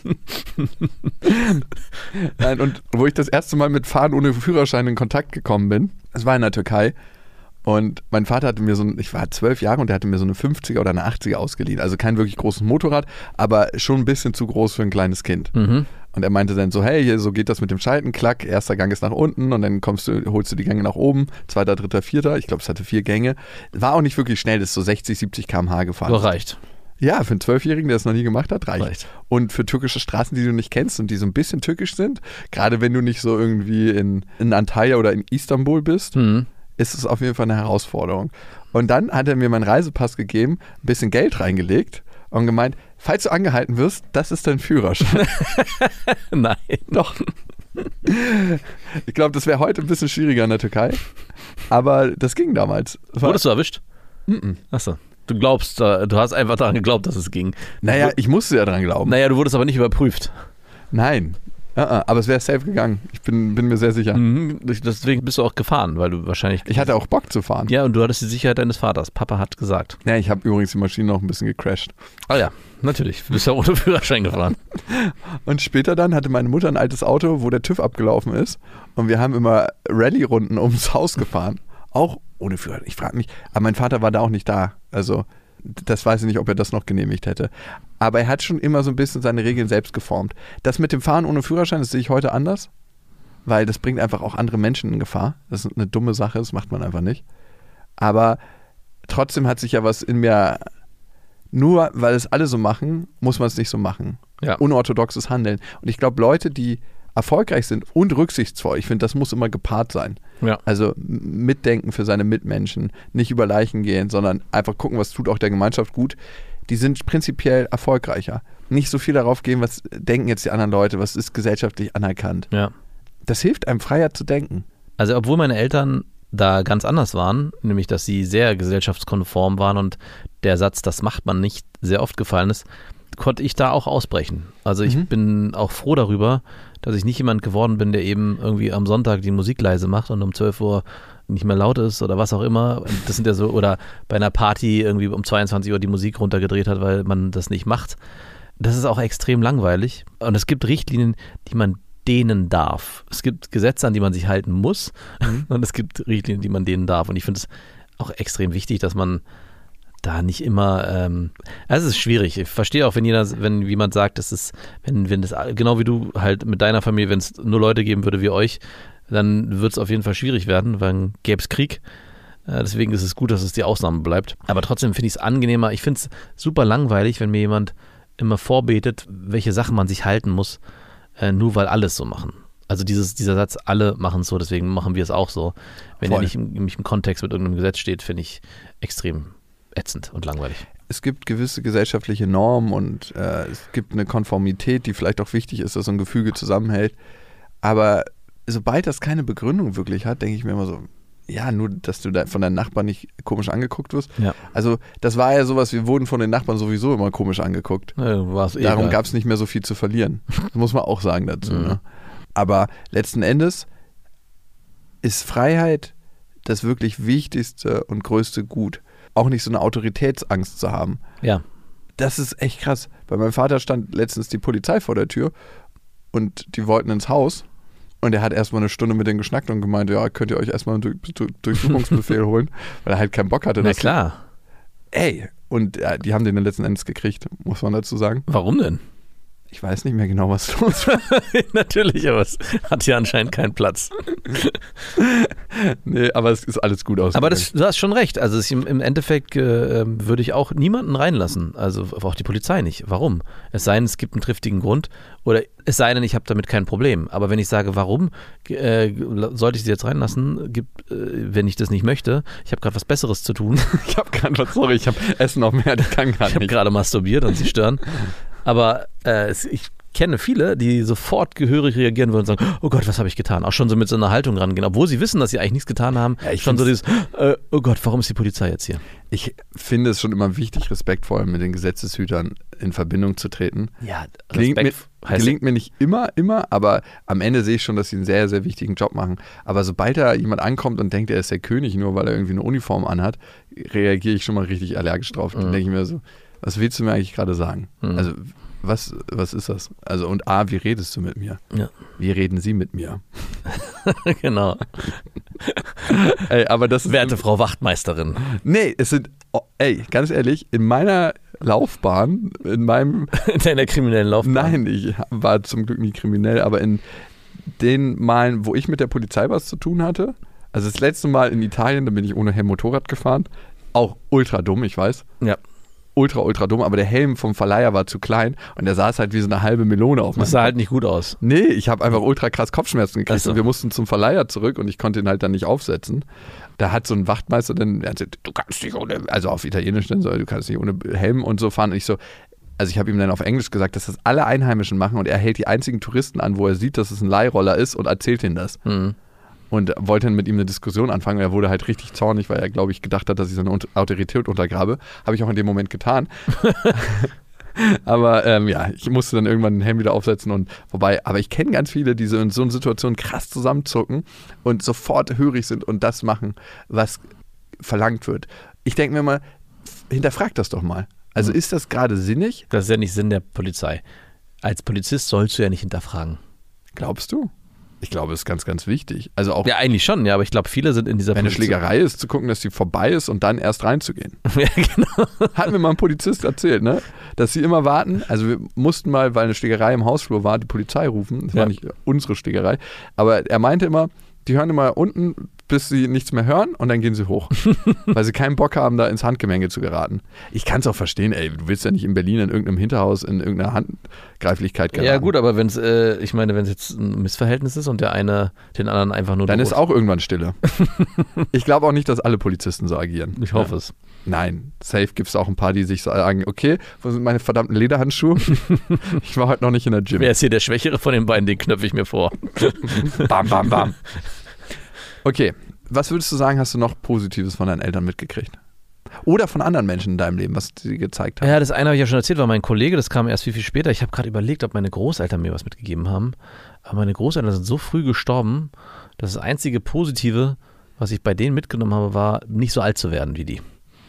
Nein, und wo ich das erste Mal mit Fahren ohne Führerschein in Kontakt gekommen bin, das war in der Türkei. Und mein Vater hatte mir ich war 12 Jahre und der hatte mir so eine 50er oder eine 80er ausgeliehen. Also kein wirklich großes Motorrad, aber schon ein bisschen zu groß für ein kleines Kind. Mhm. Und er meinte dann so, hey, hier, so geht das mit dem Schalten, klack, erster Gang ist nach unten und dann holst du die Gänge nach oben, zweiter, dritter, vierter. Ich glaube, es hatte 4 Gänge. War auch nicht wirklich schnell, das ist so 60, 70 km/h gefahren. Das reicht. Ja, für einen 12-Jährigen, der es noch nie gemacht hat, reicht. Und für türkische Straßen, die du nicht kennst und die so ein bisschen türkisch sind, gerade wenn du nicht so irgendwie in Antalya oder in Istanbul bist, ist es auf jeden Fall eine Herausforderung. Und dann hat er mir meinen Reisepass gegeben, ein bisschen Geld reingelegt und gemeint, falls du angehalten wirst, das ist dein Führerschein. Nein. Doch. Ich glaube, das wäre heute ein bisschen schwieriger in der Türkei, aber das ging damals. Wurdest du erwischt? Achso. Du hast einfach daran geglaubt, dass es ging. Naja, ich musste ja daran glauben. Naja, du wurdest aber nicht überprüft. Nein. Aber es wäre safe gegangen. Ich bin mir sehr sicher. Deswegen bist du auch gefahren, weil du wahrscheinlich... Ich hatte auch Bock zu fahren. Ja, und du hattest die Sicherheit deines Vaters. Papa hat gesagt. Ja, ich habe übrigens die Maschine noch ein bisschen gecrashed. Ah ja, natürlich. Du bist ja ohne Führerschein gefahren. Und später dann hatte meine Mutter ein altes Auto, wo der TÜV abgelaufen ist. Und wir haben immer Rallye-Runden ums Haus gefahren. Auch ohne Führerschein. Ich frage mich, aber mein Vater war da auch nicht da. Also... Das weiß ich nicht, ob er das noch genehmigt hätte. Aber er hat schon immer so ein bisschen seine Regeln selbst geformt. Das mit dem Fahren ohne Führerschein, das sehe ich heute anders, weil das bringt einfach auch andere Menschen in Gefahr. Das ist eine dumme Sache, das macht man einfach nicht. Aber trotzdem hat sich ja was in mir, nur weil es alle so machen, muss man es nicht so machen. Ja. Unorthodoxes Handeln. Und ich glaube, Leute, die erfolgreich sind und rücksichtsvoll, ich finde, das muss immer gepaart sein. Ja. Also mitdenken für seine Mitmenschen, nicht über Leichen gehen, sondern einfach gucken, was tut auch der Gemeinschaft gut. Die sind prinzipiell erfolgreicher. Nicht so viel darauf gehen, was denken jetzt die anderen Leute, was ist gesellschaftlich anerkannt. Ja. Das hilft einem, freier zu denken. Also obwohl meine Eltern da ganz anders waren, nämlich dass sie sehr gesellschaftskonform waren und der Satz, das macht man nicht, sehr oft gefallen ist, konnte ich da auch ausbrechen. Also ich bin auch froh darüber, dass ich nicht jemand geworden bin, der eben irgendwie am Sonntag die Musik leise macht und um 12 Uhr nicht mehr laut ist oder was auch immer. Das sind ja so, oder bei einer Party irgendwie um 22 Uhr die Musik runtergedreht hat, weil man das nicht macht. Das ist auch extrem langweilig. Und es gibt Richtlinien, die man dehnen darf. Es gibt Gesetze, an die man sich halten muss und es gibt Richtlinien, die man dehnen darf. Und ich finde es auch extrem wichtig, dass man da nicht immer, es ist schwierig. Ich verstehe auch, wenn jemand sagt, das ist, wenn das, genau wie du halt mit deiner Familie, wenn es nur Leute geben würde wie euch, dann wird es auf jeden Fall schwierig werden, weil dann gäbe es Krieg. Deswegen ist es gut, dass es die Ausnahme bleibt. Aber trotzdem finde ich es angenehmer. Ich finde es super langweilig, wenn mir jemand immer vorbetet, welche Sachen man sich halten muss, nur weil alle es so machen. Also dieser Satz, alle machen es so, deswegen machen wir es auch so. Wenn er nicht im Kontext mit irgendeinem Gesetz steht, finde ich extrem ätzend und langweilig. Es gibt gewisse gesellschaftliche Normen und es gibt eine Konformität, die vielleicht auch wichtig ist, dass so ein Gefüge zusammenhält. Aber sobald das keine Begründung wirklich hat, denke ich mir immer so, ja, nur, dass du da von deinen Nachbarn nicht komisch angeguckt wirst. Ja. Also das war ja sowas, wir wurden von den Nachbarn sowieso immer komisch angeguckt. Ja, darum gab es nicht mehr so viel zu verlieren. Das muss man auch sagen dazu. Ne? Aber letzten Endes ist Freiheit das wirklich wichtigste und größte Gut. Auch nicht so eine Autoritätsangst zu haben. Ja. Das ist echt krass. Bei meinem Vater stand letztens die Polizei vor der Tür und die wollten ins Haus. Und er hat erstmal eine Stunde mit denen geschnackt und gemeint, ja, könnt ihr euch erstmal einen Durchsuchungsbefehl holen, weil er halt keinen Bock hatte. Na klar. Und die haben den dann letzten Endes gekriegt, muss man dazu sagen. Warum denn? Ich weiß nicht mehr genau, was los war. Natürlich, aber es hat hier anscheinend keinen Platz. Nee, aber es ist alles gut ausgegangen. Aber du hast schon recht. Also im Endeffekt würde ich auch niemanden reinlassen. Also auch die Polizei nicht. Warum? Es sei denn, es gibt einen triftigen Grund. Oder es sei denn, ich habe damit kein Problem. Aber wenn ich sage, warum sollte ich sie jetzt reinlassen, wenn ich das nicht möchte, ich habe gerade was Besseres zu tun. Ich habe Essen noch mehr, ich kann gar nicht. Ich habe gerade masturbiert und sie stören. Aber ich kenne viele, die sofort gehörig reagieren würden und sagen, oh Gott, was habe ich getan? Auch schon so mit so einer Haltung rangehen, obwohl sie wissen, dass sie eigentlich nichts getan haben. Ja, schon so dieses, oh Gott, warum ist die Polizei jetzt hier? Ich finde es schon immer wichtig, respektvoll mit den Gesetzeshütern in Verbindung zu treten. Ja, gelingt mir nicht immer, aber am Ende sehe ich schon, dass sie einen sehr, sehr wichtigen Job machen. Aber sobald da jemand ankommt und denkt, er ist der König, nur weil er irgendwie eine Uniform anhat, reagiere ich schon mal richtig allergisch drauf. Dann denke ich mir so, was willst du mir eigentlich gerade sagen? Also, was ist das? Also, und wie redest du mit mir? Ja. Wie reden sie mit mir? Genau. Aber das ist werte Frau Wachtmeisterin. Nee, es sind, ganz ehrlich, in meiner Laufbahn, in deiner kriminellen Laufbahn? Nein, ich war zum Glück nie kriminell, aber in den Malen, wo ich mit der Polizei was zu tun hatte, also das letzte Mal in Italien, da bin ich ohne Helm Motorrad gefahren, auch ultra dumm, ich weiß. Ja. Ultra dumm, aber der Helm vom Verleiher war zu klein und der saß halt wie so eine halbe Melone auf meinem Das sah halt nicht gut aus. Nee, ich habe einfach ultra krass Kopfschmerzen gekriegt und wir mussten zum Verleiher zurück und ich konnte ihn halt dann nicht aufsetzen. Da hat so ein Wachtmeister dann, du kannst nicht ohne, also auf Italienisch dann so, du kannst nicht ohne Helm und so fahren. Und ich habe ihm dann auf Englisch gesagt, dass das alle Einheimischen machen und er hält die einzigen Touristen an, wo er sieht, dass es ein Leihroller ist und erzählt ihnen das. Und wollte dann mit ihm eine Diskussion anfangen. Er wurde halt richtig zornig, weil er, glaube ich, gedacht hat, dass ich seine Autorität untergrabe. Habe ich auch in dem Moment getan. Aber ich musste dann irgendwann den Helm wieder aufsetzen aber ich kenne ganz viele, die so in so einer Situation krass zusammenzucken und sofort hörig sind und das machen, was verlangt wird. Ich denke mir mal, hinterfrag das doch mal. Also ist das gerade sinnig? Das ist ja nicht Sinn der Polizei. Als Polizist sollst du ja nicht hinterfragen. Glaubst du? Ich glaube, es ist ganz, ganz wichtig. Also auch, ja, eigentlich schon, ja, aber ich glaube, viele sind in dieser Wenn Position. Eine Schlägerei ist, zu gucken, dass die vorbei ist und dann erst reinzugehen. Ja, genau. Hat mir mal ein Polizist erzählt, ne? Dass sie immer warten. Also wir mussten mal, weil eine Schlägerei im Hausflur war, die Polizei rufen. Das war nicht unsere Schlägerei. Aber er meinte immer, die hören immer unten bis sie nichts mehr hören und dann gehen sie hoch. Weil sie keinen Bock haben, da ins Handgemenge zu geraten. Ich kann es auch verstehen, ey, du willst ja nicht in Berlin in irgendeinem Hinterhaus in irgendeiner Handgreiflichkeit geraten. Ja gut, aber wenn es jetzt ein Missverhältnis ist und der eine den anderen einfach nur dann ist auch irgendwann Stille. Ich glaube auch nicht, dass alle Polizisten so agieren. Ich hoffe es. Nein, safe gibt es auch ein paar, die sich sagen, okay, wo sind meine verdammten Lederhandschuhe? Ich war heute noch nicht in der Gym. Wer ist hier der Schwächere von den beiden, den knöpfe ich mir vor. Bam, bam, bam. Okay, was würdest du sagen, hast du noch Positives von deinen Eltern mitgekriegt? Oder von anderen Menschen in deinem Leben, was sie gezeigt haben? Ja, das eine habe ich ja schon erzählt, war mein Kollege, das kam erst viel später. Ich habe gerade überlegt, ob meine Großeltern mir was mitgegeben haben. Aber meine Großeltern sind so früh gestorben, dass das einzige Positive, was ich bei denen mitgenommen habe, war, nicht so alt zu werden wie die.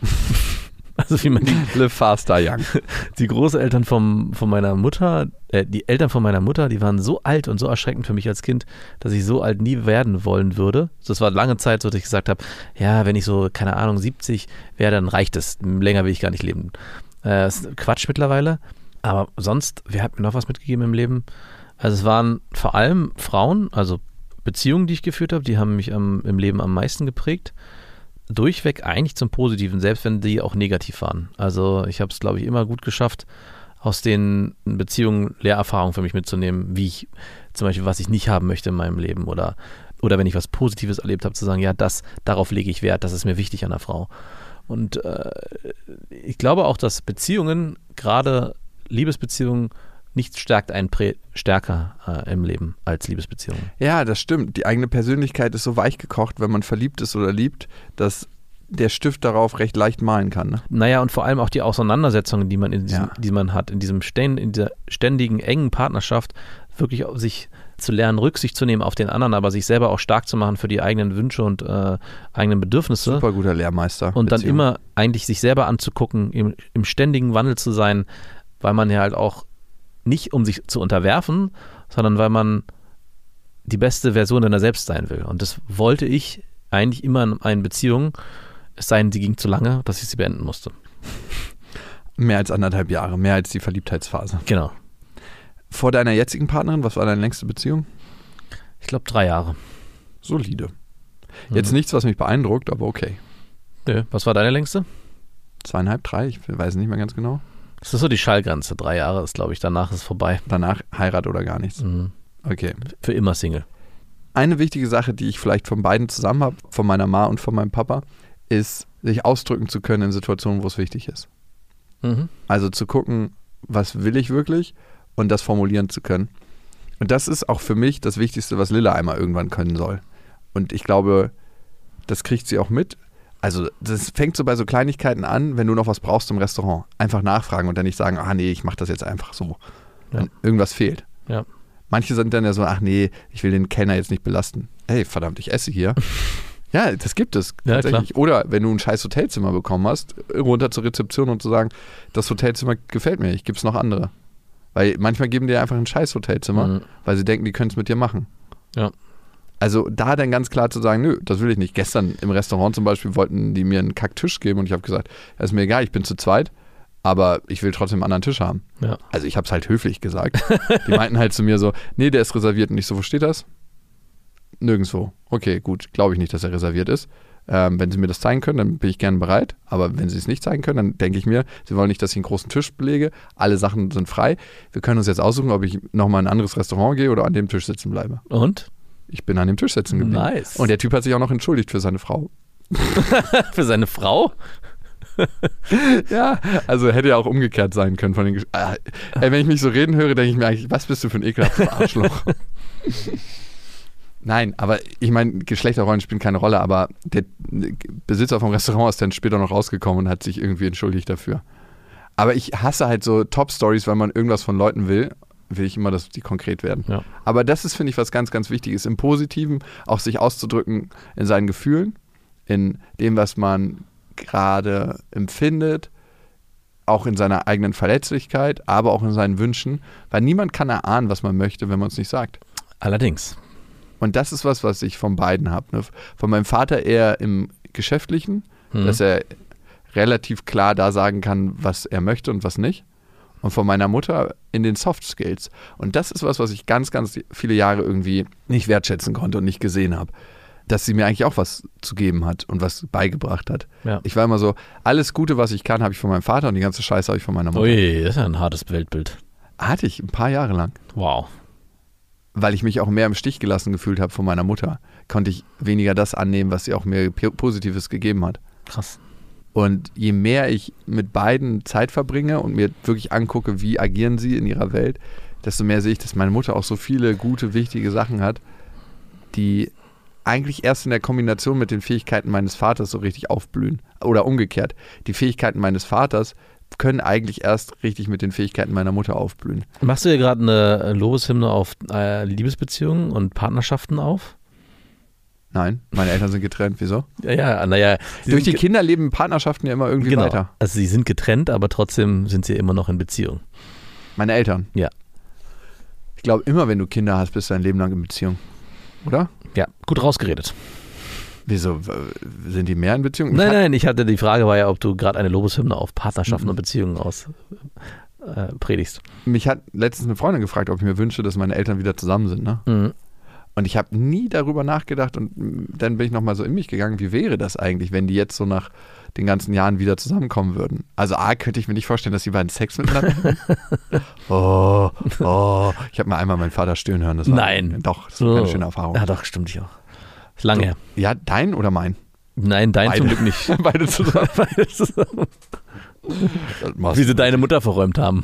Also wie man Live fast, die young. Die Großeltern von meiner Mutter, die Eltern von meiner Mutter, die waren so alt und so erschreckend für mich als Kind, dass ich so alt nie werden wollen würde. Das war lange Zeit so, dass ich gesagt habe, ja, wenn ich so, keine Ahnung, 70 wäre, dann reicht es. Länger will ich gar nicht leben. Das ist Quatsch mittlerweile. Aber sonst, wer hat mir noch was mitgegeben im Leben? Also es waren vor allem Frauen, also Beziehungen, die ich geführt habe, die haben mich im Leben am meisten geprägt. Durchweg eigentlich zum Positiven, selbst wenn die auch negativ waren. Also ich habe es, glaube ich, immer gut geschafft, aus den Beziehungen Lehrerfahrungen für mich mitzunehmen, wie ich zum Beispiel, was ich nicht haben möchte in meinem Leben oder wenn ich was Positives erlebt habe, zu sagen, ja, darauf lege ich Wert, das ist mir wichtig an der Frau. Und ich glaube auch, dass Beziehungen, gerade Liebesbeziehungen, nichts stärkt einen stärker im Leben als Liebesbeziehungen. Ja, das stimmt. Die eigene Persönlichkeit ist so weich gekocht, wenn man verliebt ist oder liebt, dass der Stift darauf recht leicht malen kann. Ne? Naja, und vor allem auch die Auseinandersetzungen, die man hat, in dieser ständigen, engen Partnerschaft, wirklich auf sich zu lernen, Rücksicht zu nehmen auf den anderen, aber sich selber auch stark zu machen für die eigenen Wünsche und eigenen Bedürfnisse. Super guter Lehrmeister. Und dann immer eigentlich sich selber anzugucken, im ständigen Wandel zu sein, weil man ja halt auch nicht um sich zu unterwerfen, sondern weil man die beste Version deiner selbst sein will. Und das wollte ich eigentlich immer in einer Beziehung, es sei denn, sie ging zu lange, dass ich sie beenden musste. Mehr als 1,5 Jahre, mehr als die Verliebtheitsphase. Genau. Vor deiner jetzigen Partnerin, was war deine längste Beziehung? Ich glaube 3 Jahre. Solide. Jetzt nichts, was mich beeindruckt, aber okay. Nö. Was war deine längste? 2,5, 3, ich weiß nicht mehr ganz genau. Das ist so die Schallgrenze. 3 Jahre ist, glaube ich, danach ist vorbei. Danach Heirat oder gar nichts. Mhm. Okay. Für immer Single. Eine wichtige Sache, die ich vielleicht von beiden zusammen habe, von meiner Ma und von meinem Papa, ist, sich ausdrücken zu können in Situationen, wo es wichtig ist. Mhm. Also zu gucken, was will ich wirklich und das formulieren zu können. Und das ist auch für mich das Wichtigste, was Lilla einmal irgendwann können soll. Und ich glaube, das kriegt sie auch mit. Also das fängt so bei so Kleinigkeiten an, wenn du noch was brauchst im Restaurant. Einfach nachfragen und dann nicht sagen, nee, ich mache das jetzt einfach so. Ja. Wenn irgendwas fehlt. Ja. Manche sind dann ja so, nee, ich will den Kellner jetzt nicht belasten. Hey, verdammt, ich esse hier. Ja, das gibt es tatsächlich. Klar. Oder wenn du ein scheiß Hotelzimmer bekommen hast, runter zur Rezeption und zu sagen, das Hotelzimmer gefällt mir, ich gebe es noch andere. Weil manchmal geben die einfach ein scheiß Hotelzimmer, weil sie denken, die können es mit dir machen. Ja. Also da dann ganz klar zu sagen, nö, das will ich nicht. Gestern im Restaurant zum Beispiel wollten die mir einen Kacktisch geben und ich habe gesagt, ist mir egal, ich bin zu zweit, aber ich will trotzdem einen anderen Tisch haben. Ja. Also ich habe es halt höflich gesagt. Die meinten halt zu mir so, nee, der ist reserviert und ich so, wo steht das? Nirgendwo. Okay, gut, glaube ich nicht, dass er reserviert ist. Wenn sie mir das zeigen können, dann bin ich gerne bereit. Aber wenn sie es nicht zeigen können, dann denke ich mir, sie wollen nicht, dass ich einen großen Tisch belege. Alle Sachen sind frei. Wir können uns jetzt aussuchen, ob ich nochmal in ein anderes Restaurant gehe oder an dem Tisch sitzen bleibe. Und? Ich bin an dem Tisch sitzen geblieben. Nice. Und der Typ hat sich auch noch entschuldigt für seine Frau. Für seine Frau? Ja, also hätte ja auch umgekehrt sein können von den wenn ich mich so reden höre, denke ich mir eigentlich, was bist du für ein ekelhaftes Arschloch? Nein, aber ich meine, Geschlechterrollen spielen keine Rolle, aber der Besitzer vom Restaurant ist dann später noch rausgekommen und hat sich irgendwie entschuldigt dafür. Aber ich hasse halt so Top-Stories, weil man irgendwas von Leuten will ich immer, dass die konkret werden. Ja. Aber das ist, finde ich, was ganz, ganz wichtig ist, im Positiven auch sich auszudrücken in seinen Gefühlen, in dem, was man gerade empfindet, auch in seiner eigenen Verletzlichkeit, aber auch in seinen Wünschen, weil niemand kann erahnen, was man möchte, wenn man es nicht sagt. Allerdings. Und das ist was ich von beiden habe. Ne? Von meinem Vater eher im Geschäftlichen, dass er relativ klar da sagen kann, was er möchte und was nicht. Und von meiner Mutter in den Soft Skills. Und das ist was ich ganz, ganz viele Jahre irgendwie nicht wertschätzen konnte und nicht gesehen habe. dass sie mir eigentlich auch was zu geben hat und was beigebracht hat. Ja. Ich war immer so, alles Gute, was ich kann, habe ich von meinem Vater und die ganze Scheiße habe ich von meiner Mutter. Ui, das ist ja ein hartes Weltbild. Hatte ich ein paar Jahre lang. Wow. Weil ich mich auch mehr im Stich gelassen gefühlt habe von meiner Mutter, konnte ich weniger das annehmen, was sie auch mir Positives gegeben hat. Krass. Und je mehr ich mit beiden Zeit verbringe und mir wirklich angucke, wie agieren sie in ihrer Welt, desto mehr sehe ich, dass meine Mutter auch so viele gute, wichtige Sachen hat, die eigentlich erst in der Kombination mit den Fähigkeiten meines Vaters so richtig aufblühen. Oder umgekehrt. Die Fähigkeiten meines Vaters können eigentlich erst richtig mit den Fähigkeiten meiner Mutter aufblühen. Machst du hier gerade eine Lobeshymne auf Liebesbeziehungen und Partnerschaften auf? Nein, meine Eltern sind getrennt. Wieso? Ja, naja. Durch die Kinder leben Partnerschaften ja immer irgendwie weiter. Also sie sind getrennt, aber trotzdem sind sie immer noch in Beziehung. Meine Eltern? Ja. Ich glaube, immer wenn du Kinder hast, bist du dein Leben lang in Beziehung. Oder? Ja, gut rausgeredet. Wieso? Sind die mehr in Beziehung? Nein, die Frage war ja, ob du gerade eine Lobeshymne auf Partnerschaften und Beziehungen predigst. Mich hat letztens eine Freundin gefragt, ob ich mir wünsche, dass meine Eltern wieder zusammen sind. Ne? Mhm. Und ich habe nie darüber nachgedacht und dann bin ich nochmal so in mich gegangen, wie wäre das eigentlich, wenn die jetzt so nach den ganzen Jahren wieder zusammenkommen würden? Also könnte ich mir nicht vorstellen, dass die beiden Sex miteinander haben. Ich habe mal einmal meinen Vater stöhnen hören. Das war keine schöne Erfahrung. Ja doch, stimmt ich auch. Ist lange her. Ja, dein oder mein? Nein, dein zum Glück nicht. Beide zusammen. Wie sie deine Mutter verräumt haben.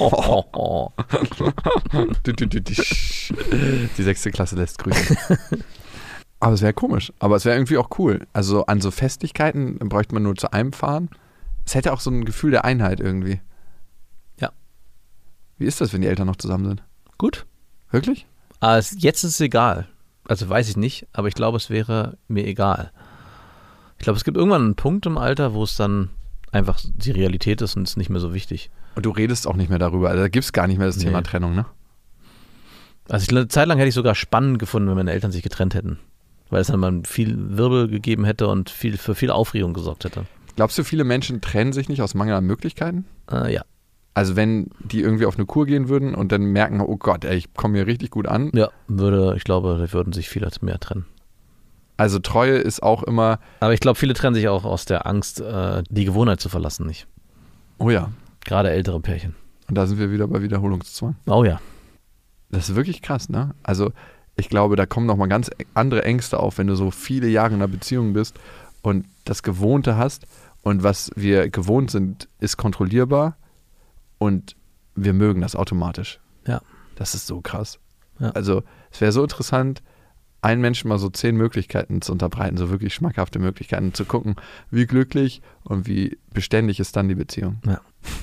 Die 6. Klasse lässt grüßen. Aber es wäre komisch. Aber es wäre irgendwie auch cool. Also an so Festlichkeiten bräuchte man nur zu einem fahren. Es hätte auch so ein Gefühl der Einheit irgendwie. Ja. Wie ist das, wenn die Eltern noch zusammen sind? Gut. Wirklich? Jetzt ist es egal. Also weiß ich nicht, aber ich glaube, es wäre mir egal. Ich glaube, es gibt irgendwann einen Punkt im Alter, wo es dann einfach die Realität ist und es ist nicht mehr so wichtig. Und du redest auch nicht mehr darüber. Also da gibt es gar nicht mehr das Thema Trennung, ne? Also eine Zeit lang hätte ich sogar spannend gefunden, wenn meine Eltern sich getrennt hätten. Weil es dann mal viel Wirbel gegeben hätte und für viel Aufregung gesorgt hätte. Glaubst du, viele Menschen trennen sich nicht aus Mangel an Möglichkeiten? Ja. Also wenn die irgendwie auf eine Kur gehen würden und dann merken, oh Gott, ich komme hier richtig gut an. Ja, ich glaube, da würden sich viele mehr trennen. Also Treue ist auch immer... Aber ich glaube, viele trennen sich auch aus der Angst, die Gewohnheit zu verlassen, nicht? Oh ja. Gerade ältere Pärchen. Und da sind wir wieder bei Wiederholungszwang. Oh ja. Das ist wirklich krass, ne? Also ich glaube, da kommen nochmal ganz andere Ängste auf, wenn du so viele Jahre in einer Beziehung bist und das Gewohnte hast. Und was wir gewohnt sind, ist kontrollierbar und wir mögen das automatisch. Ja. Das ist so krass. Ja. Also es wäre so interessant, einen Menschen mal so 10 Möglichkeiten zu unterbreiten, so wirklich schmackhafte Möglichkeiten zu gucken, wie glücklich und wie beständig ist dann die Beziehung. Ja.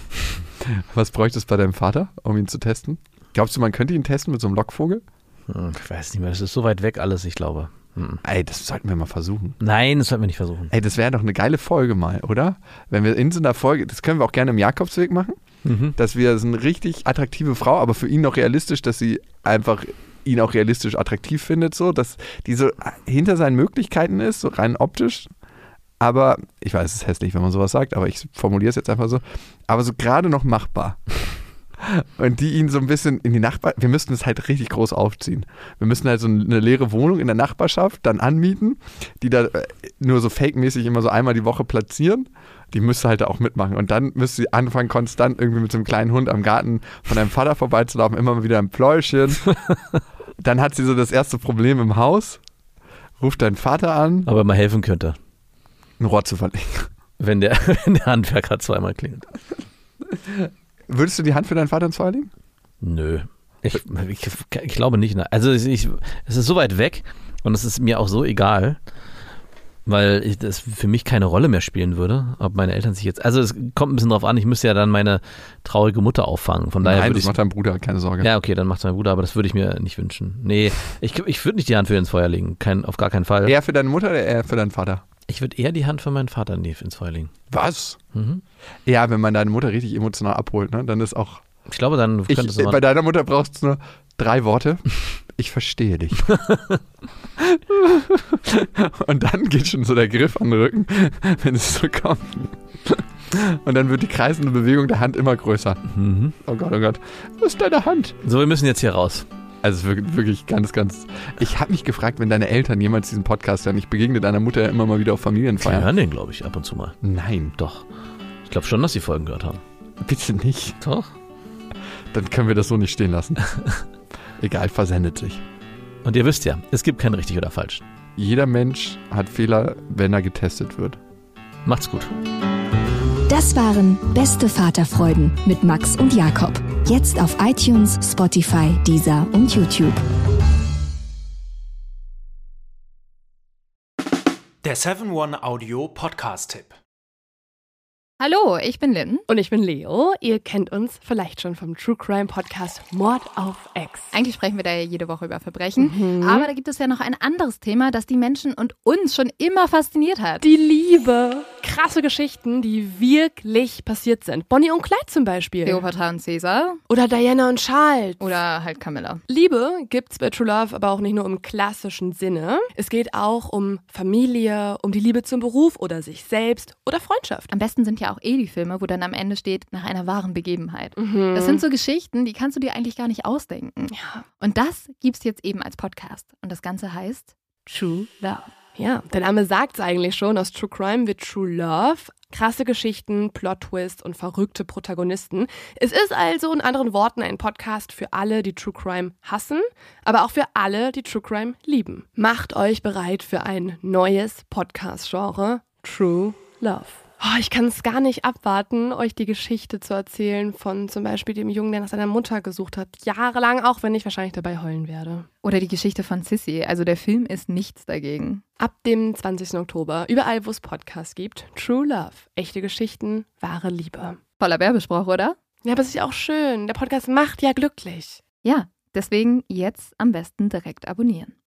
Was bräuchtest du bei deinem Vater, um ihn zu testen? Glaubst du, man könnte ihn testen mit so einem Lockvogel? Ich weiß nicht mehr, das ist so weit weg alles, ich glaube. Ey, das sollten wir mal versuchen. Nein, das sollten wir nicht versuchen. Ey, das wäre doch eine geile Folge mal, oder? Wenn wir in so einer Folge, das können wir auch gerne im Jakobsweg machen, dass wir so eine richtig attraktive Frau, aber für ihn noch realistisch, dass sie einfach ihn auch realistisch attraktiv findet, so, dass die so hinter seinen Möglichkeiten ist, so rein optisch. Aber, ich weiß, es ist hässlich, wenn man sowas sagt, aber ich formuliere es jetzt einfach so, aber so gerade noch machbar. Und die ihn so ein bisschen in die wir müssten es halt richtig groß aufziehen. Wir müssen halt so eine leere Wohnung in der Nachbarschaft dann anmieten, die da nur so fake-mäßig immer so einmal die Woche platzieren. Die müsste halt da auch mitmachen. Und dann müsste sie anfangen, konstant irgendwie mit so einem kleinen Hund am Garten von deinem Vater vorbeizulaufen, immer mal wieder ein Pläuschen. Dann hat sie so das erste Problem im Haus, ruft deinen Vater an. Aber mal helfen könnte. Ein Rohr zu verlegen. Wenn der Handwerker zweimal klingelt. Würdest du die Hand für deinen Vater ins Feuer legen? Nö. Ich glaube nicht. Also es ist so weit weg und es ist mir auch so egal, weil das für mich keine Rolle mehr spielen würde, ob meine Eltern sich jetzt... Also es kommt ein bisschen drauf an, ich müsste ja dann meine traurige Mutter auffangen. Von daher Nein, das macht dein Bruder, keine Sorge. Ja, okay, dann macht es mein Bruder, aber das würde ich mir nicht wünschen. Nee, ich würde nicht die Hand für ihn ins Feuer legen, auf gar keinen Fall. Eher für deine Mutter oder eher für deinen Vater? Ich würde eher die Hand für meinen Vater ins Feuer legen. Was? Ja, wenn man deine Mutter richtig emotional abholt, ne, dann ist auch... Ich glaube, dann könntest du mal... Bei deiner Mutter brauchst du nur 3 Worte. Ich verstehe dich. Und dann geht schon so der Griff an den Rücken, wenn es so kommt. Und dann wird die kreisende Bewegung der Hand immer größer. Oh Gott, oh Gott. Wo ist deine Hand? So, wir müssen jetzt hier raus. Also wirklich ganz, ganz... Ich habe mich gefragt, wenn deine Eltern jemals diesen Podcast hören, ich begegne deiner Mutter ja immer mal wieder auf Familienfeiern. Die hören den, glaube ich, ab und zu mal. Nein. Doch. Ich glaube schon, dass sie Folgen gehört haben. Bitte nicht. Doch. Dann können wir das so nicht stehen lassen. Egal, versendet sich. Und ihr wisst ja, es gibt kein richtig oder falsch. Jeder Mensch hat Fehler, wenn er getestet wird. Macht's gut. Das waren Beste Vaterfreuden mit Max und Jakob. Jetzt auf iTunes, Spotify, Deezer und YouTube. Der 7-One-Audio-Podcast-Tipp. Hallo, ich bin Lynn. Und ich bin Leo. Ihr kennt uns vielleicht schon vom True Crime Podcast Mord auf Ex. Eigentlich sprechen wir da ja jede Woche über Verbrechen. Aber da gibt es ja noch ein anderes Thema, das die Menschen und uns schon immer fasziniert hat. Die Liebe. Krasse Geschichten, die wirklich passiert sind. Bonnie und Clyde zum Beispiel. Cleopatra und Caesar. Oder Diana und Charles. Oder halt Camilla. Liebe gibt's bei True Love aber auch nicht nur im klassischen Sinne. Es geht auch um Familie, um die Liebe zum Beruf oder sich selbst oder Freundschaft. Am besten sind ja auch die Filme, wo dann am Ende steht, nach einer wahren Begebenheit. Das sind so Geschichten, die kannst du dir eigentlich gar nicht ausdenken. Ja. Und das gibt's jetzt eben als Podcast. Und das Ganze heißt True Love. Ja, der Name sagt's eigentlich schon, aus True Crime wird True Love. Krasse Geschichten, Plot-Twists und verrückte Protagonisten. Es ist also in anderen Worten ein Podcast für alle, die True Crime hassen, aber auch für alle, die True Crime lieben. Macht euch bereit für ein neues Podcast-Genre, True Love. Oh, ich kann es gar nicht abwarten, euch die Geschichte zu erzählen von zum Beispiel dem Jungen, der nach seiner Mutter gesucht hat. Jahrelang, auch wenn ich wahrscheinlich dabei heulen werde. Oder die Geschichte von Sissy. Also der Film ist nichts dagegen. Ab dem 20. Oktober, überall wo es Podcasts gibt, True Love. Echte Geschichten, wahre Liebe. Voller Werbespruch, oder? Ja, aber es ist ja auch schön. Der Podcast macht ja glücklich. Ja, deswegen jetzt am besten direkt abonnieren.